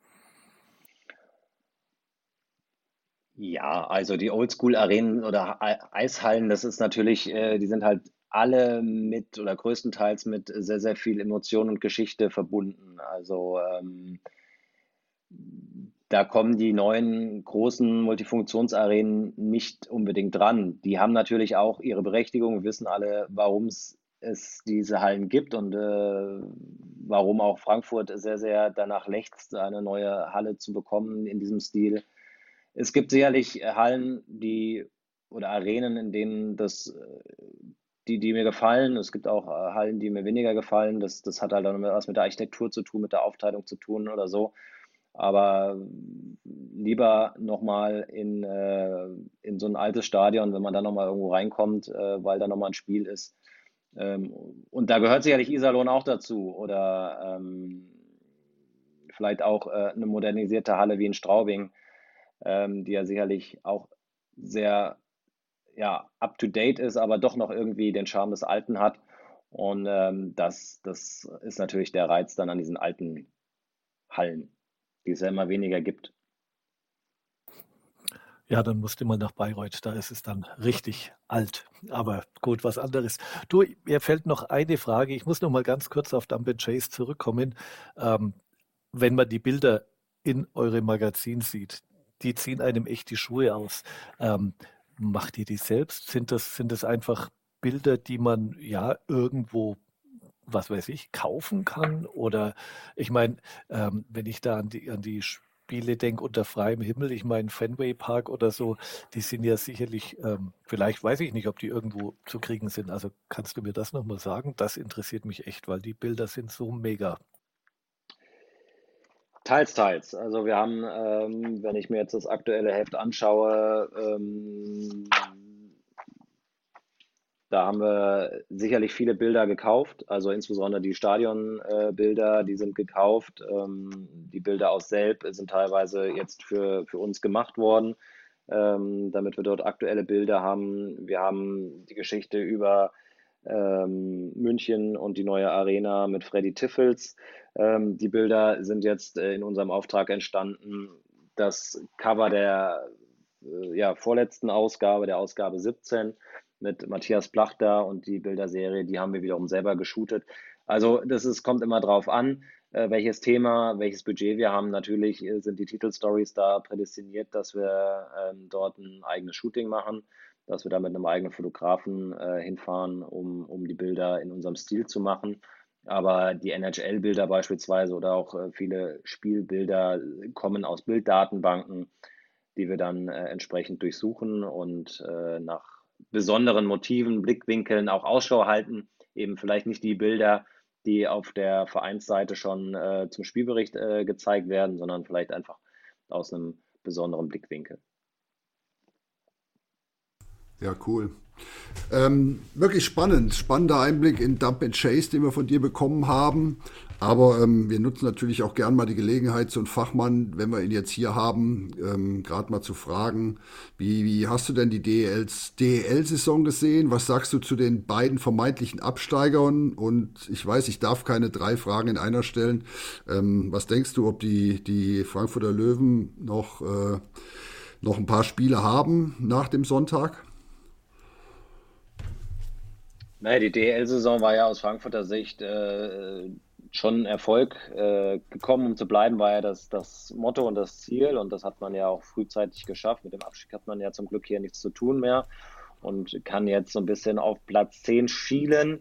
Ja, also die Oldschool-Arenen oder Ei- Eishallen, das ist natürlich, äh, die sind halt alle mit oder größtenteils mit sehr, sehr viel Emotion und Geschichte verbunden. Also ähm, da kommen die neuen großen Multifunktionsarenen nicht unbedingt dran. Die haben natürlich auch ihre Berechtigung. Wir wissen alle, warum es es diese Hallen gibt und äh, warum auch Frankfurt sehr, sehr danach lechzt, eine neue Halle zu bekommen in diesem Stil. Es gibt sicherlich Hallen, die oder Arenen, in denen das, äh, die, die mir gefallen. Es gibt auch äh, Hallen, die mir weniger gefallen. Das, das hat halt dann was mit der Architektur zu tun, mit der Aufteilung zu tun oder so. Aber lieber nochmal in, äh, in so ein altes Stadion, wenn man da nochmal irgendwo reinkommt, äh, weil da nochmal ein Spiel ist. Ähm, und da gehört sicherlich Iserlohn auch dazu. Oder ähm, vielleicht auch äh, eine modernisierte Halle wie in Straubing, ähm, die ja sicherlich auch sehr ja, up-to-date ist, aber doch noch irgendwie den Charme des Alten hat. Und ähm, das, das ist natürlich der Reiz dann an diesen alten Hallen, die es ja immer weniger gibt. Ja, dann musste man nach Bayreuth, da ist es dann richtig alt. Aber gut, was anderes. Du, mir fällt noch eine Frage. Ich muss noch mal ganz kurz auf Dump and Chase zurückkommen. Ähm, wenn man die Bilder in eurem Magazin sieht, die ziehen einem echt die Schuhe aus. Ähm, macht ihr die selbst? Sind das, sind das einfach Bilder, die man ja irgendwo, was weiß ich, kaufen kann? Oder ich meine, ähm, wenn ich da an die, an die Spiele denke unter freiem Himmel, ich meine Fenway Park oder so, die sind ja sicherlich, ähm, vielleicht weiß ich nicht, ob die irgendwo zu kriegen sind. Also kannst du mir das nochmal sagen? Das interessiert mich echt, weil die Bilder sind so mega. Teils, teils. Also wir haben, ähm, wenn ich mir jetzt das aktuelle Heft anschaue, ähm, da haben wir sicherlich viele Bilder gekauft, also insbesondere die Stadionbilder, äh, die sind gekauft. Ähm, die Bilder aus Selb sind teilweise jetzt für, für uns gemacht worden, ähm, damit wir dort aktuelle Bilder haben. Wir haben die Geschichte über ähm, München und die neue Arena mit Freddy Tiffels. Ähm, die Bilder sind jetzt äh, in unserem Auftrag entstanden. Das Cover der äh, ja, vorletzten Ausgabe, der Ausgabe siebzehn, mit Matthias Plachter und die Bilderserie, die haben wir wiederum selber geshootet. Also das ist, kommt immer drauf an, äh, welches Thema, welches Budget wir haben. Natürlich äh, sind die Titelstories da prädestiniert, dass wir ähm, dort ein eigenes Shooting machen, dass wir da mit einem eigenen Fotografen äh, hinfahren, um, um die Bilder in unserem Stil zu machen. Aber die N H L-Bilder beispielsweise oder auch äh, viele Spielbilder kommen aus Bilddatenbanken, die wir dann äh, entsprechend durchsuchen und äh, nach besonderen Motiven, Blickwinkeln auch Ausschau halten. Eben vielleicht nicht die Bilder, die auf der Vereinsseite schon äh, zum Spielbericht äh, gezeigt werden, sondern vielleicht einfach aus einem besonderen Blickwinkel. Ja, cool. Ähm, wirklich spannend, spannender Einblick in Dump and Chase, den wir von dir bekommen haben. Aber ähm, wir nutzen natürlich auch gern mal die Gelegenheit, so einen Fachmann, wenn wir ihn jetzt hier haben, ähm, gerade mal zu fragen, wie, wie hast du denn die D E L-Saison gesehen? Was sagst du zu den beiden vermeintlichen Absteigern? Und ich weiß, ich darf keine drei Fragen in einer stellen. Ähm, was denkst du, ob die, die Frankfurter Löwen noch, äh, noch ein paar Spiele haben nach dem Sonntag? Naja, die D E L-Saison war ja aus Frankfurter Sicht äh, schon ein Erfolg. Äh, gekommen, um zu bleiben, war ja das, das Motto und das Ziel. Und das hat man ja auch frühzeitig geschafft. Mit dem Abstieg hat man ja zum Glück hier nichts zu tun mehr und kann jetzt so ein bisschen auf Platz zehn schielen.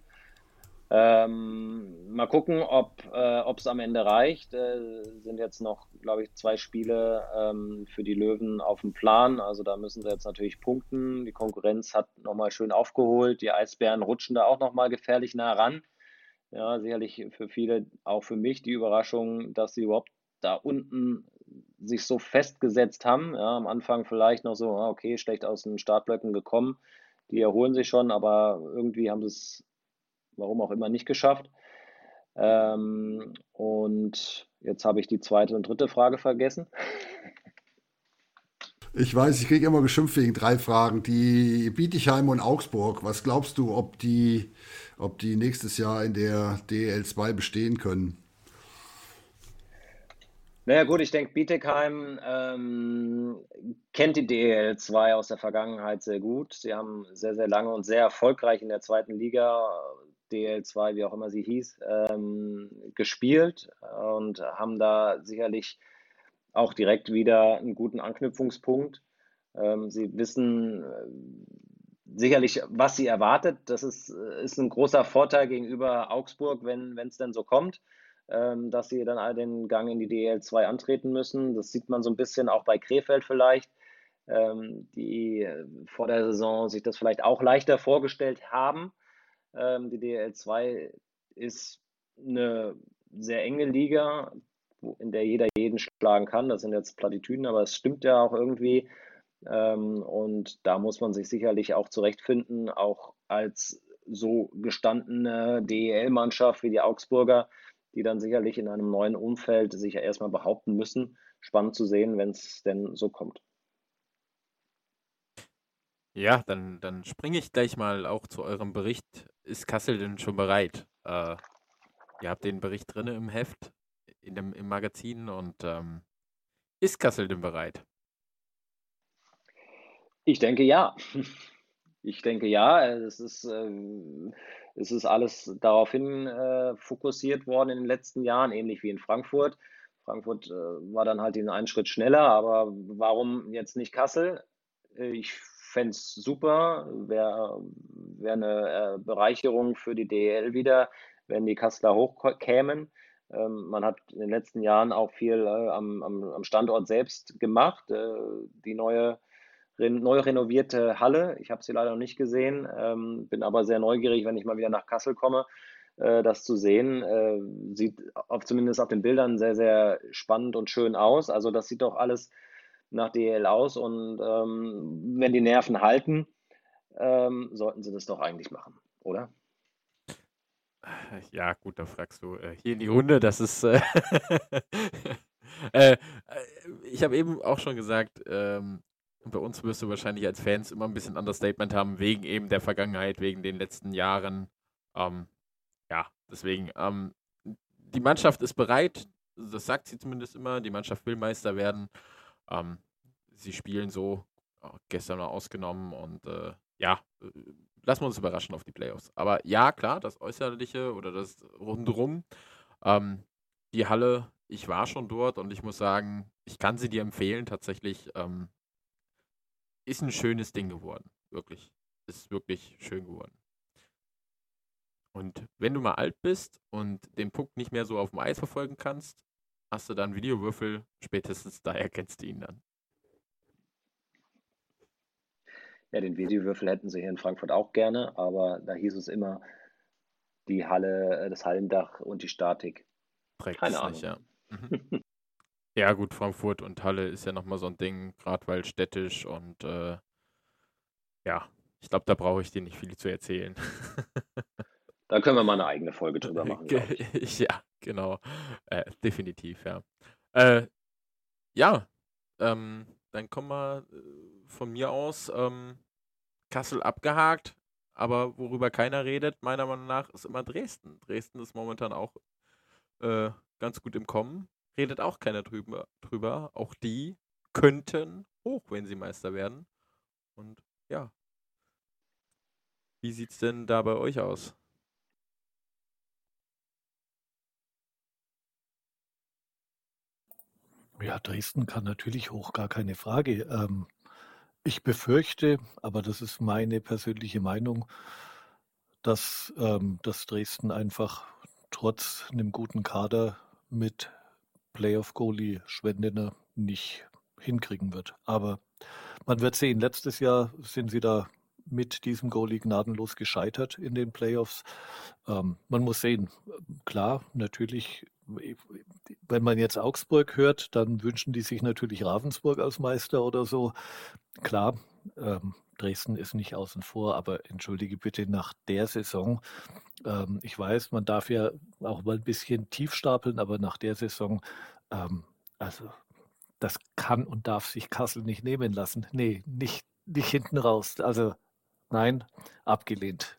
Ähm, mal gucken, ob äh, ob es am Ende reicht. Äh, sind jetzt noch, glaube ich, zwei Spiele ähm, für die Löwen auf dem Plan. Also da müssen sie jetzt natürlich punkten. Die Konkurrenz hat nochmal schön aufgeholt. Die Eisbären rutschen da auch nochmal gefährlich nah ran. Ja, sicherlich für viele, auch für mich, die Überraschung, dass sie überhaupt da unten sich so festgesetzt haben. Ja, am Anfang vielleicht noch so, ah, okay, schlecht aus den Startblöcken gekommen. Die erholen sich schon, aber irgendwie haben sie es, warum auch immer, nicht geschafft. Ähm, und jetzt habe ich die zweite und dritte Frage vergessen. Ich weiß, ich kriege immer geschimpft wegen drei Fragen. Die Bietigheim und Augsburg, was glaubst du, ob die, ob die nächstes Jahr in der D E L zwei bestehen können? Naja gut, ich denke, Bietigheim ähm, kennt die D E L zwei aus der Vergangenheit sehr gut. Sie haben sehr, sehr lange und sehr erfolgreich in der zweiten Liga, D E L zwei, wie auch immer sie hieß, ähm, gespielt und haben da sicherlich auch direkt wieder einen guten Anknüpfungspunkt. Ähm, sie wissen äh, sicherlich, was sie erwartet. Das ist, äh, ist ein großer Vorteil gegenüber Augsburg, wenn wenn es denn so kommt, ähm, dass sie dann all den Gang in die D E L zwei antreten müssen. Das sieht man so ein bisschen auch bei Krefeld vielleicht, ähm, die äh, vor der Saison sich das vielleicht auch leichter vorgestellt haben. Ähm, die D E L zwei ist eine sehr enge Liga, wo, in der jeder jeden schlagen kann. Das sind jetzt Plattitüden, aber es stimmt ja auch irgendwie. Ähm, und da muss man sich sicherlich auch zurechtfinden, auch als so gestandene D E L-Mannschaft wie die Augsburger, die dann sicherlich in einem neuen Umfeld sich ja erstmal behaupten müssen. Spannend zu sehen, wenn es denn so kommt. Ja, dann, dann springe ich gleich mal auch zu eurem Bericht. Ist Kassel denn schon bereit? Äh, ihr habt den Bericht drinne im Heft, in dem, im Magazin und ähm, ist Kassel denn bereit? Ich denke ja. Ich denke ja. Es ist, ähm, es ist alles daraufhin äh, fokussiert worden in den letzten Jahren, ähnlich wie in Frankfurt. Frankfurt äh, war dann halt den einen Schritt schneller, aber warum jetzt nicht Kassel? Äh, Ich fände es super, wäre wär eine äh, Bereicherung für die D E L wieder, wenn die Kasseler hochkämen. Ähm, man hat in den letzten Jahren auch viel äh, am, am, am Standort selbst gemacht. Äh, die neue ren neu renovierte Halle. Ich habe sie leider noch nicht gesehen, ähm, bin aber sehr neugierig, wenn ich mal wieder nach Kassel komme, äh, das zu sehen. Äh, sieht auf, zumindest auf den Bildern sehr, sehr spannend und schön aus. Also das sieht doch alles nach D E L aus und ähm, wenn die Nerven halten, ähm, sollten sie das doch eigentlich machen, oder? Ja, gut, da fragst du äh, hier in die Runde. Das ist. Äh, äh, äh, ich habe eben auch schon gesagt, ähm, bei uns wirst du wahrscheinlich als Fans immer ein bisschen Understatement haben, wegen eben der Vergangenheit, wegen den letzten Jahren. Ähm, ja, deswegen. Ähm, die Mannschaft ist bereit, das sagt sie zumindest immer. Die Mannschaft will Meister werden. Ähm, sie spielen so, äh, gestern mal ausgenommen und äh, ja, äh, lassen wir uns überraschen auf die Playoffs. Aber ja, klar, das Äußerliche oder das Rundrum, ähm, die Halle, ich war schon dort und ich muss sagen, ich kann sie dir empfehlen, tatsächlich, ähm, ist ein schönes Ding geworden. Wirklich. Ist wirklich schön geworden. Und wenn du mal alt bist und den Puck nicht mehr so auf dem Eis verfolgen kannst, hast du dann Videowürfel, spätestens da erkennst du ihn dann. Ja, den Videowürfel hätten sie hier in Frankfurt auch gerne, aber da hieß es immer, die Halle, äh, das Hallendach und die Statik. Trägt Keine es nicht, Ahnung. ja. Mhm. Ja, gut, Frankfurt und Halle ist ja nochmal so ein Ding, gerade weil städtisch und äh, ja, ich glaube, da brauche ich dir nicht viel zu erzählen. Da können wir mal eine eigene Folge drüber machen, glaube ich. Ja, genau. Äh, definitiv, ja. Äh, ja, ähm, dann kommen wir äh, von mir aus. Ähm, Kassel abgehakt, aber worüber keiner redet, meiner Meinung nach, ist immer Dresden. Dresden ist momentan auch äh, ganz gut im Kommen. Redet auch keiner drüber, drüber. Auch die könnten hoch, wenn sie Meister werden. Und ja, Wie sieht es denn da bei euch aus? Ja, Dresden kann natürlich hoch, gar keine Frage. Ähm, ich befürchte, aber das ist meine persönliche Meinung, dass, ähm, dass Dresden einfach trotz einem guten Kader mit Playoff-Goalie Schwendener nicht hinkriegen wird. Aber man wird sehen, letztes Jahr sind sie da mit diesem Goalie gnadenlos gescheitert in den Playoffs. Ähm, man muss sehen, klar, natürlich, wenn man jetzt Augsburg hört, dann wünschen die sich natürlich Ravensburg als Meister oder so. Klar, ähm, Dresden ist nicht außen vor, aber entschuldige bitte, nach der Saison, ähm, ich weiß, man darf ja auch mal ein bisschen tief stapeln, aber nach der Saison, ähm, also das kann und darf sich Kassel nicht nehmen lassen. Nee, nicht, nicht hinten raus. Also nein, abgelehnt.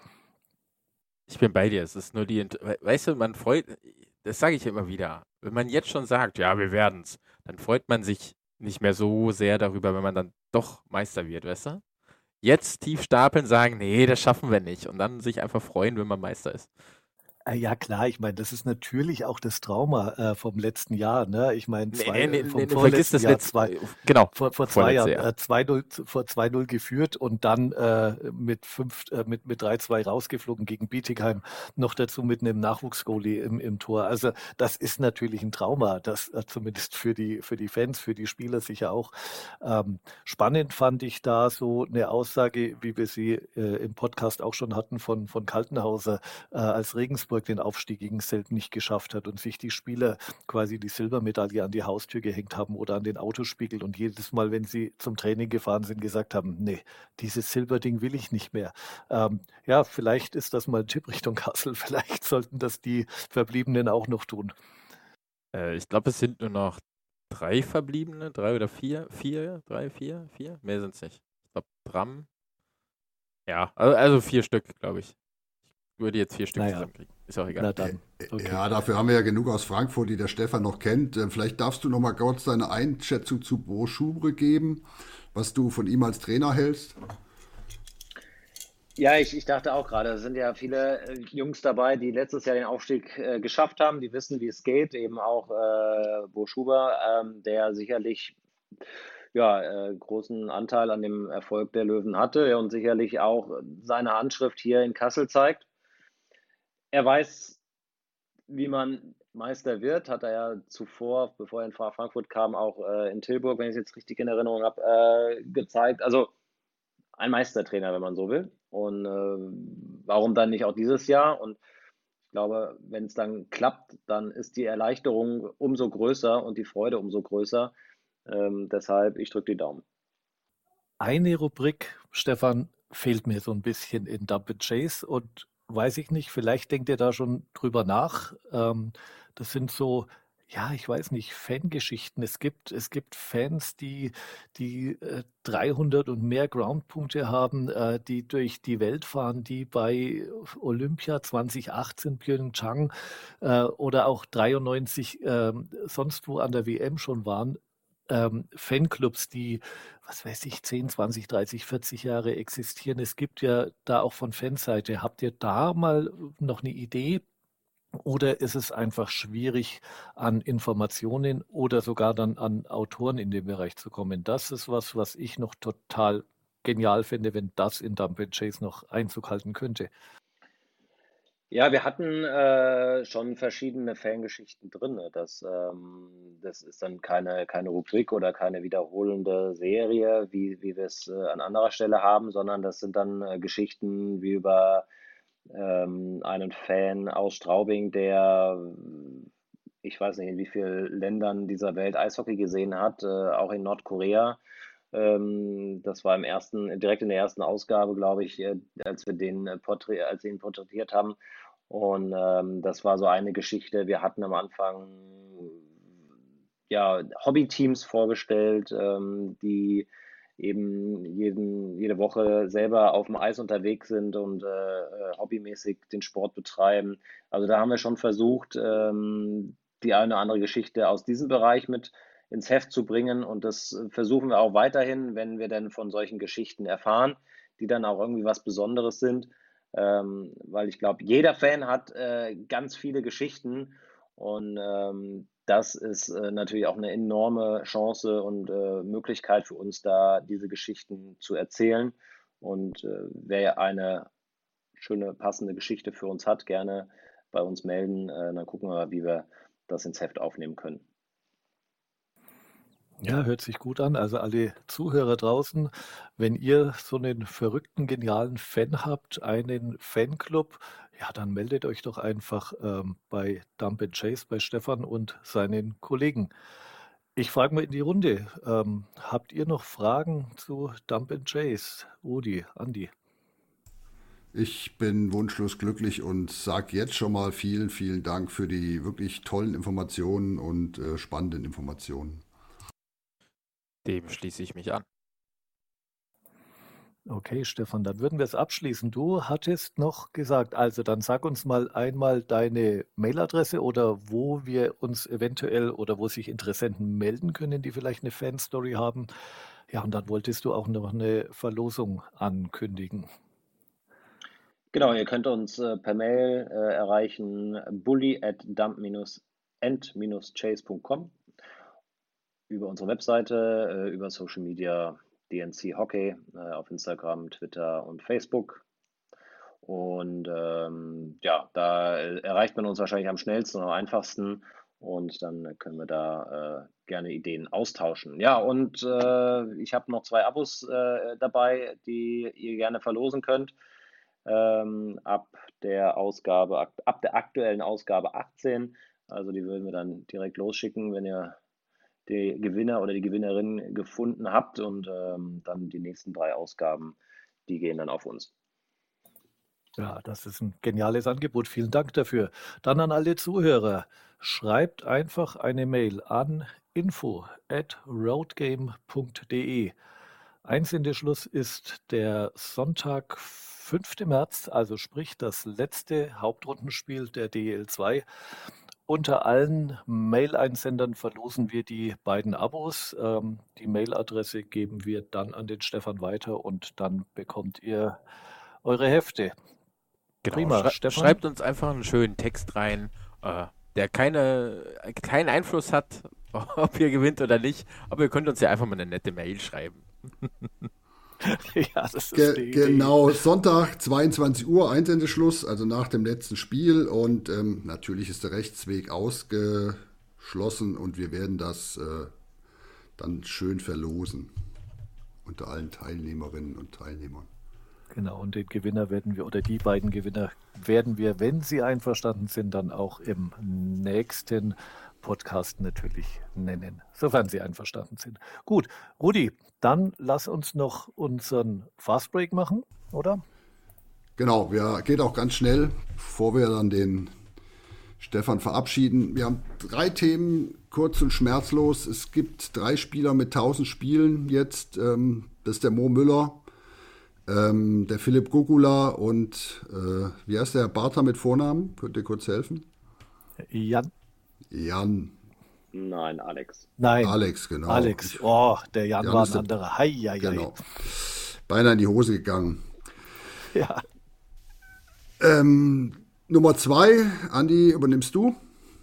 Ich bin bei dir. Es ist nur die, Ent we weißt du, man freut, das sage ich immer wieder. Wenn man jetzt schon sagt, ja, wir werden's, dann freut man sich nicht mehr so sehr darüber, wenn man dann doch Meister wird, weißt du? Jetzt tief stapeln, sagen, nee, das schaffen wir nicht. Und dann sich einfach freuen, wenn man Meister ist. Äh, Ja klar, ich meine, das ist natürlich auch das Trauma äh, vom letzten Jahr. Ne? Ich meine, Nee, zwei, nee, nee, äh, nee, vom nee, vergiss vorletzten das Jahr letzte. zwei, Genau, vor, vor zwei vorletzte Jahren Jahr. äh, zwei null, zu- vor zwei null geführt und dann äh, mit, fünf, äh, mit, mit drei zwei rausgeflogen gegen Bietigheim, noch dazu mit einem Nachwuchsgoalie im, im Tor. Also das ist natürlich ein Trauma, das äh, zumindest für die, für die Fans, für die Spieler sicher auch. Ähm, spannend fand ich da so eine Aussage, wie wir sie äh, im Podcast auch schon hatten von, von Kaltenhauser, äh, als Regensburg den Aufstieg gegen Selb nicht geschafft hat und sich die Spieler quasi die Silbermedaille an die Haustür gehängt haben oder an den Autospiegel und jedes Mal, wenn sie zum Training gefahren sind, gesagt haben, nee, dieses Silberding will ich nicht mehr. Ähm, ja, vielleicht ist das mal ein Tipp Richtung Kassel, vielleicht sollten das die Verbliebenen auch noch tun. Äh, ich glaube, es sind nur noch drei Verbliebene, drei oder vier, vier, drei, vier, vier, mehr sind es nicht. Ich glaube, Bram, ja, also, also vier Stück, glaube ich. Ich würde jetzt vier Stück Naja, zusammenkriegen. Ist auch egal. na dann, okay. Ja, dafür haben wir ja genug aus Frankfurt, die der Stefan noch kennt. Äh, Vielleicht darfst du noch mal kurz deine Einschätzung zu Bo Schubre geben, was du von ihm als Trainer hältst. Ja, ich, ich dachte auch gerade, es sind ja viele äh, Jungs dabei, die letztes Jahr den Aufstieg äh, geschafft haben, die wissen, wie es geht. Eben auch äh, Bo Schuber, ähm, der sicherlich ja, äh, großen Anteil an dem Erfolg der Löwen hatte ja, und sicherlich auch seine Handschrift hier in Kassel zeigt. Er weiß, wie man Meister wird, hat er ja zuvor, bevor er in Frankfurt kam, auch äh, in Tilburg, wenn ich es jetzt richtig in Erinnerung habe, äh, gezeigt. Also ein Meistertrainer, wenn man so will. Und äh, warum dann nicht auch dieses Jahr? Und ich glaube, wenn es dann klappt, dann ist die Erleichterung umso größer und die Freude umso größer. Ähm, deshalb, ich drücke die Daumen. Eine Rubrik, Stefan, fehlt mir so ein bisschen in Dump and Chase und weiß ich nicht, vielleicht denkt ihr da schon drüber nach. Ähm, das sind so, ja, ich weiß nicht, Fangeschichten. Es gibt, es gibt Fans, die, die äh, dreihundert und mehr Groundpunkte haben, äh, die durch die Welt fahren, die bei Olympia zwanzig achtzehn Pyeongchang äh, oder auch dreiundneunzig ähm, sonst wo an der W M schon waren. Ähm, Fanclubs, die was weiß ich, zehn, zwanzig, dreißig, vierzig Jahre existieren. Es gibt ja da auch von Fanseite. Habt ihr da mal noch eine Idee? Oder ist es einfach schwierig, an Informationen oder sogar dann an Autoren in dem Bereich zu kommen? Das ist was, was ich noch total genial finde, wenn das in Dump and Chase noch Einzug halten könnte. Ja, wir hatten äh, schon verschiedene Fangeschichten drin. Das, ähm, das ist dann keine, keine Rubrik oder keine wiederholende Serie, wie, wie wir es äh, an anderer Stelle haben, sondern das sind dann äh, Geschichten wie über ähm, einen Fan aus Straubing, der, ich weiß nicht, in wie vielen Ländern dieser Welt Eishockey gesehen hat, äh, auch in Nordkorea. Ähm, das war im ersten, direkt in der ersten Ausgabe, glaube ich, äh, als wir den äh, porträt, als wir ihn porträtiert haben. Und ähm, das war so eine Geschichte. Wir hatten am Anfang ja Hobbyteams vorgestellt, ähm, die eben jeden, jede Woche selber auf dem Eis unterwegs sind und äh, äh, hobbymäßig den Sport betreiben. Also da haben wir schon versucht, ähm, die eine oder andere Geschichte aus diesem Bereich mit ins Heft zu bringen. Und das versuchen wir auch weiterhin, wenn wir dann von solchen Geschichten erfahren, die dann auch irgendwie was Besonderes sind, ähm, weil ich glaube, jeder Fan hat äh, ganz viele Geschichten und ähm, das ist äh, natürlich auch eine enorme Chance und äh, Möglichkeit für uns, da diese Geschichten zu erzählen. Und äh, wer eine schöne, passende Geschichte für uns hat, gerne bei uns melden. Äh, dann gucken wir, wie wir das ins Heft aufnehmen können. Ja, hört sich gut an. Also alle Zuhörer draußen, wenn ihr so einen verrückten, genialen Fan habt, einen Fanclub, ja, dann meldet euch doch einfach ähm, bei Dump and Chase, bei Stefan und seinen Kollegen. Ich frage mal in die Runde, ähm, habt ihr noch Fragen zu Dump and Chase? Rudi, Andi. Ich bin wunschlos glücklich und sage jetzt schon mal vielen, vielen Dank für die wirklich tollen Informationen und äh, spannenden Informationen. Dem schließe ich mich an. Okay, Stefan, dann würden wir es abschließen. Du hattest noch gesagt, also dann sag uns mal einmal deine Mailadresse oder wo wir uns eventuell oder wo sich Interessenten melden können, die vielleicht eine Fanstory haben. Ja, und dann wolltest du auch noch eine Verlosung ankündigen. Genau, ihr könnt uns äh, per Mail äh, erreichen, bully at dump and chase punkt com, über unsere Webseite, äh, über Social Media, D N C Hockey, äh, auf Instagram, Twitter und Facebook. Und ähm, ja, da äh, erreicht man uns wahrscheinlich am schnellsten und am einfachsten. Und dann können wir da äh, gerne Ideen austauschen. Ja, und äh, ich habe noch zwei Abos äh, dabei, die ihr gerne verlosen könnt. Ähm, ab der Ausgabe, ab, ab der aktuellen Ausgabe achtzehn. Also die würden wir dann direkt losschicken, wenn ihr die Gewinner oder die Gewinnerin gefunden habt. Und ähm, dann die nächsten drei Ausgaben, die gehen dann auf uns. Ja, das ist ein geniales Angebot. Vielen Dank dafür. Dann an alle Zuhörer. Schreibt einfach eine Mail an info at roadgame punkt de. Einsendeschluss ist der Sonntag, fünften März, also sprich das letzte Hauptrundenspiel der D L zwei. Unter allen Mail-Einsendern verlosen wir die beiden Abos. Ähm, die Mailadresse geben wir dann an den Stefan weiter und dann bekommt ihr eure Hefte. Genau, Prima, schrei Stefan. schreibt uns einfach einen schönen Text rein, äh, der keine, keinen Einfluss hat, ob ihr gewinnt oder nicht, aber ihr könnt uns ja einfach mal eine nette Mail schreiben. Ja, das ist Ge die Idee. genau, Sonntag, zweiundzwanzig Uhr, Einsendeschluss, also nach dem letzten Spiel. Und ähm, natürlich ist der Rechtsweg ausgeschlossen und wir werden das äh, dann schön verlosen unter allen Teilnehmerinnen und Teilnehmern. Genau, und den Gewinner werden wir, oder die beiden Gewinner werden wir, wenn sie einverstanden sind, dann auch im nächsten Podcast natürlich nennen, sofern sie einverstanden sind. Gut, Rudi, dann lass uns noch unseren Fastbreak machen, oder? Genau, ja, geht auch ganz schnell, bevor wir dann den Stefan verabschieden. Wir haben drei Themen, kurz und schmerzlos. Es gibt drei Spieler mit tausend Spielen jetzt. Ähm, das ist der Mo Müller, ähm, der Philipp Gugula und äh, wie heißt der Bartha mit Vornamen? Könnt ihr kurz helfen? Jan. Jan. Nein, Alex. Nein. Alex, genau. Alex. Oh, der Jan, Jan war ist ein der- anderer. Hei, hei, hei. Genau. Beinahe in die Hose gegangen. Ja. Ähm, Nummer zwei, Andi, übernimmst du?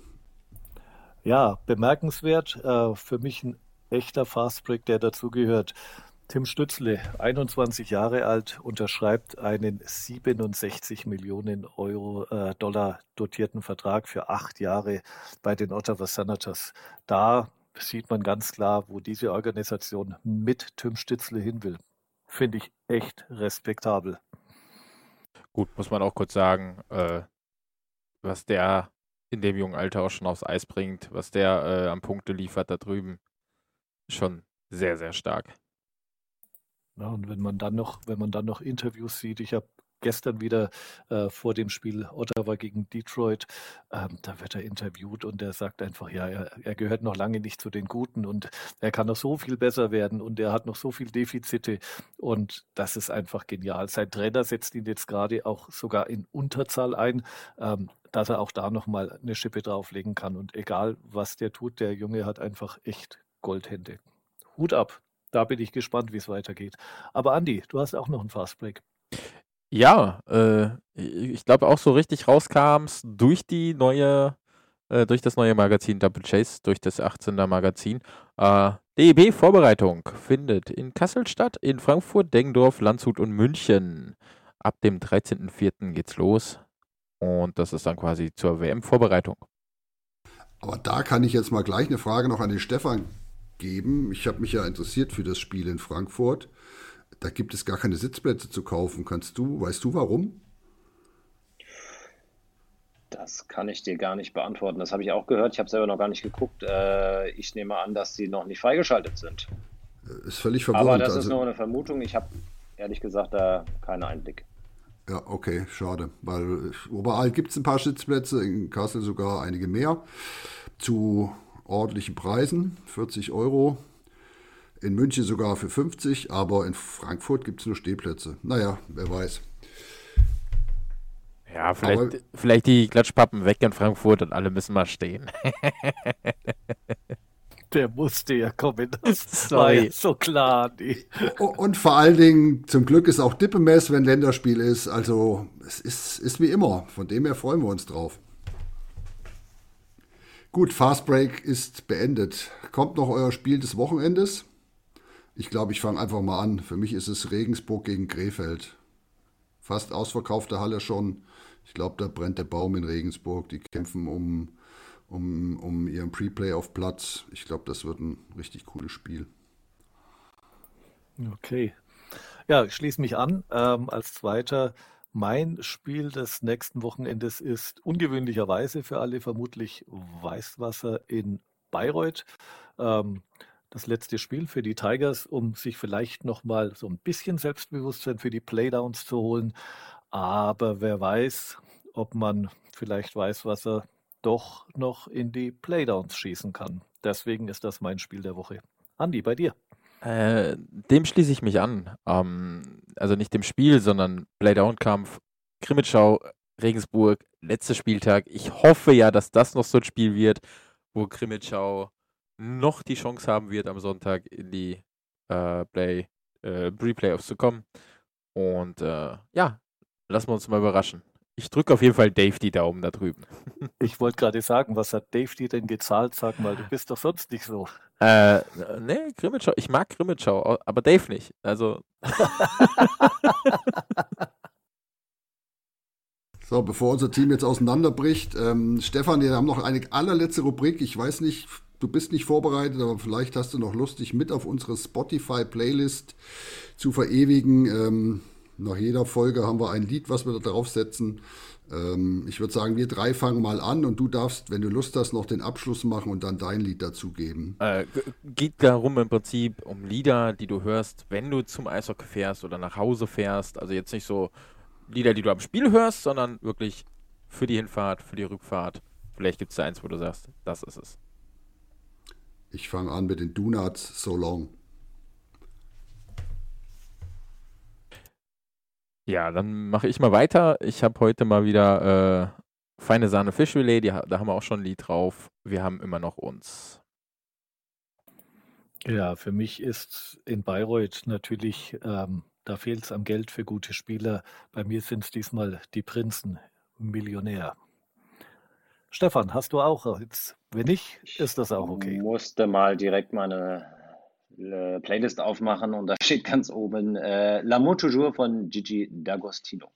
Ja, bemerkenswert. Äh, für mich ein echter Fastbreak, der dazugehört. Tim Stützle, einundzwanzig Jahre alt, unterschreibt einen siebenundsechzig Millionen Euro äh, Dollar dotierten Vertrag für acht Jahre bei den Ottawa Senators. Da sieht man ganz klar, wo diese Organisation mit Tim Stützle hin will. Finde ich echt respektabel. Gut, muss man auch kurz sagen, äh, was der in dem jungen Alter auch schon aufs Eis bringt, was der äh, an Punkte liefert da drüben, schon sehr, sehr stark. Ja, und wenn man dann noch, wenn man dann noch Interviews sieht, ich habe gestern wieder äh, vor dem Spiel Ottawa gegen Detroit, ähm, da wird er interviewt und er sagt einfach, ja, er, er gehört noch lange nicht zu den Guten und er kann noch so viel besser werden und er hat noch so viel Defizite und das ist einfach genial. Sein Trainer setzt ihn jetzt gerade auch sogar in Unterzahl ein, ähm, dass er auch da nochmal eine Schippe drauflegen kann und egal, was der tut, der Junge hat einfach echt Goldhände. Hut ab. da bin ich gespannt, wie es weitergeht. Aber Andi, du hast auch noch einen Fastbreak. Ja, äh, ich glaube auch so richtig rauskam's durch die neue, äh, durch das neue Magazin Double Chase, durch das achtzehner Magazin. Äh, D E B-Vorbereitung findet in Kassel statt, in Frankfurt, Deggendorf, Landshut und München. Ab dem dreizehnten vierten geht's los und das ist dann quasi zur W M-Vorbereitung. Aber da kann ich jetzt mal gleich eine Frage noch an den Stefan geben. Ich habe mich ja interessiert für das Spiel in Frankfurt. Da gibt es gar keine Sitzplätze zu kaufen. Kannst du, weißt du warum? Das kann ich dir gar nicht beantworten. Das habe ich auch gehört. Ich habe selber noch gar nicht geguckt. Äh, ich nehme an, dass sie noch nicht freigeschaltet sind. Ist völlig verwirrend. Aber das ist Also, nur eine Vermutung. Ich habe ehrlich gesagt da keinen Einblick. ja, okay, schade. Weil überall gibt es ein paar Sitzplätze, in Kassel sogar einige mehr, zu ordentlichen Preisen, vierzig Euro. In München sogar für fünfzig, aber in Frankfurt gibt es nur Stehplätze. Naja, wer weiß. Ja, vielleicht, Aber vielleicht die Klatschpappen weg in Frankfurt und alle müssen mal stehen. Der musste ja kommen. Das war Sorry. ja so klar, Andi. und vor allen Dingen, zum Glück ist auch Dippemess, wenn Länderspiel ist. Also es ist, ist wie immer. Von dem her freuen wir uns drauf. Gut, Fast Break ist beendet. Kommt noch euer Spiel des Wochenendes? Ich glaube, ich fange einfach mal an. Für mich ist es Regensburg gegen Krefeld. Fast ausverkaufte Halle schon. Ich glaube, da brennt der Baum in Regensburg. Die kämpfen um, um, um ihren Pre-Playoff-Platz. Ich glaube, das wird ein richtig cooles Spiel. Okay. Ja, ich schließe mich an. Ähm, als zweiter, mein Spiel des nächsten Wochenendes ist ungewöhnlicherweise für alle vermutlich Weißwasser in Bayreuth. Ähm, das letzte Spiel für die Tigers, um sich vielleicht nochmal so ein bisschen Selbstbewusstsein für die Playdowns zu holen. Aber wer weiß, ob man vielleicht Weißwasser doch noch in die Playdowns schießen kann. Deswegen ist das mein Spiel der Woche. Andi, bei dir. Äh, dem schließe ich mich an. Ähm, also nicht dem Spiel, sondern Playdown-Kampf. Krimitschau, Regensburg, letzter Spieltag. Ich hoffe ja, dass das noch so ein Spiel wird, wo Krimitschau noch die Chance haben wird, am Sonntag in die äh, Play, äh, Pre-Playoffs zu kommen. Und äh, ja, lassen wir uns mal überraschen. Ich drücke auf jeden Fall Dave die Daumen da drüben. Ich wollte gerade sagen, was hat Dave dir denn gezahlt? Sag mal, du bist doch sonst nicht so. Äh, nee, Krimitschau. Ich mag Krimitschau, aber Dave nicht. Also. So, bevor unser Team jetzt auseinanderbricht, ähm, Stefan, wir haben noch eine allerletzte Rubrik. Ich weiß nicht, du bist nicht vorbereitet, aber vielleicht hast du noch Lust, dich mit auf unsere Spotify-Playlist zu verewigen. Ähm, nach jeder Folge haben wir ein Lied, was wir da draufsetzen. Ähm, ich würde sagen, wir drei fangen mal an und du darfst, wenn du Lust hast, noch den Abschluss machen und dann dein Lied dazugeben. Äh, geht darum im Prinzip um Lieder, die du hörst, wenn du zum Eishockey fährst oder nach Hause fährst. Also jetzt nicht so Lieder, die du am Spiel hörst, sondern wirklich für die Hinfahrt, für die Rückfahrt. Vielleicht gibt es da eins, wo du sagst, das ist es. Ich fange an mit den Donuts So Long. Ja, dann mache ich mal weiter. Ich habe heute mal wieder äh, Feine Sahne Fish Relay, die, da haben wir auch schon ein Lied drauf. Wir haben immer noch uns. Ja, für mich ist in Bayreuth natürlich, ähm, da fehlt es am Geld für gute Spieler. Bei mir sind es diesmal die Prinzen, Millionär. Stefan, hast du auch jetzt? Wenn nicht, ist das auch okay. Ich musste mal direkt meine äh, Playlist aufmachen und da steht ganz oben äh, L'amour toujours von Gigi D'Agostino.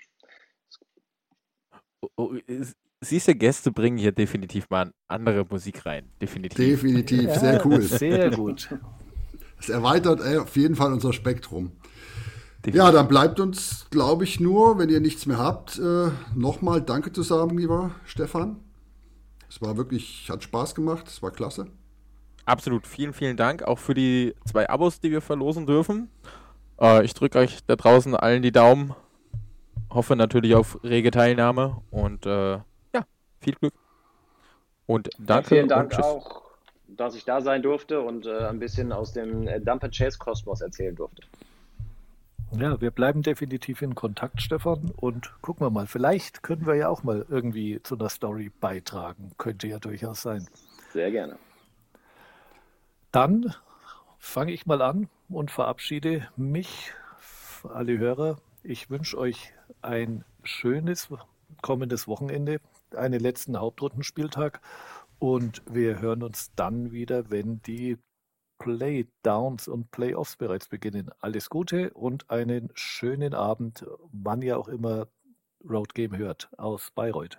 Oh, oh, siehst du, Gäste bringen hier definitiv mal andere Musik rein. Definitiv. Definitiv, ja, sehr cool. Sehr gut. Es erweitert ey, auf jeden Fall unser Spektrum. Definitiv. Ja, dann bleibt uns, glaube ich, nur, wenn ihr nichts mehr habt, äh, nochmal Danke zu sagen, lieber Stefan. Es war wirklich, hat Spaß gemacht, es war klasse. Absolut, vielen, vielen Dank auch für die zwei Abos, die wir verlosen dürfen. Äh, ich drücke euch da draußen allen die Daumen. Hoffe natürlich auf rege Teilnahme und äh, ja, viel Glück. Und danke. Ja, vielen Dank und tschüss. auch, dass ich da sein durfte und äh, ein bisschen aus dem äh, Dumper Chase Kosmos erzählen durfte. Ja, wir bleiben definitiv in Kontakt, Stefan, und gucken wir mal. Vielleicht können wir ja auch mal irgendwie zu einer Story beitragen. Könnte ja durchaus sein. Sehr gerne. Dann fange ich mal an und verabschiede mich, alle Hörer. Ich wünsche euch ein schönes kommendes Wochenende, einen letzten Hauptrundenspieltag und wir hören uns dann wieder, wenn die Playdowns und Playoffs bereits beginnen. Alles Gute und einen schönen Abend, wann ihr auch immer Road Game hört, aus Bayreuth.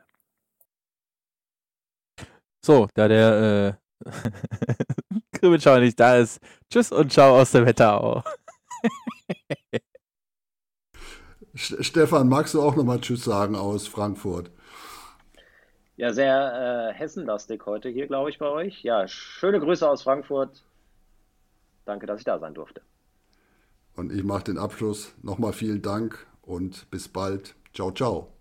So, da der äh, Kribbelschauer nicht da ist, tschüss und ciao aus der Wetterau. Stefan, magst du auch nochmal Tschüss sagen aus Frankfurt? Ja, sehr äh, hessenlastig heute hier, glaube ich, bei euch. Ja, schöne Grüße aus Frankfurt. Danke, dass ich da sein durfte. Und ich mache den Abschluss. Nochmal vielen Dank und bis bald. Ciao, ciao.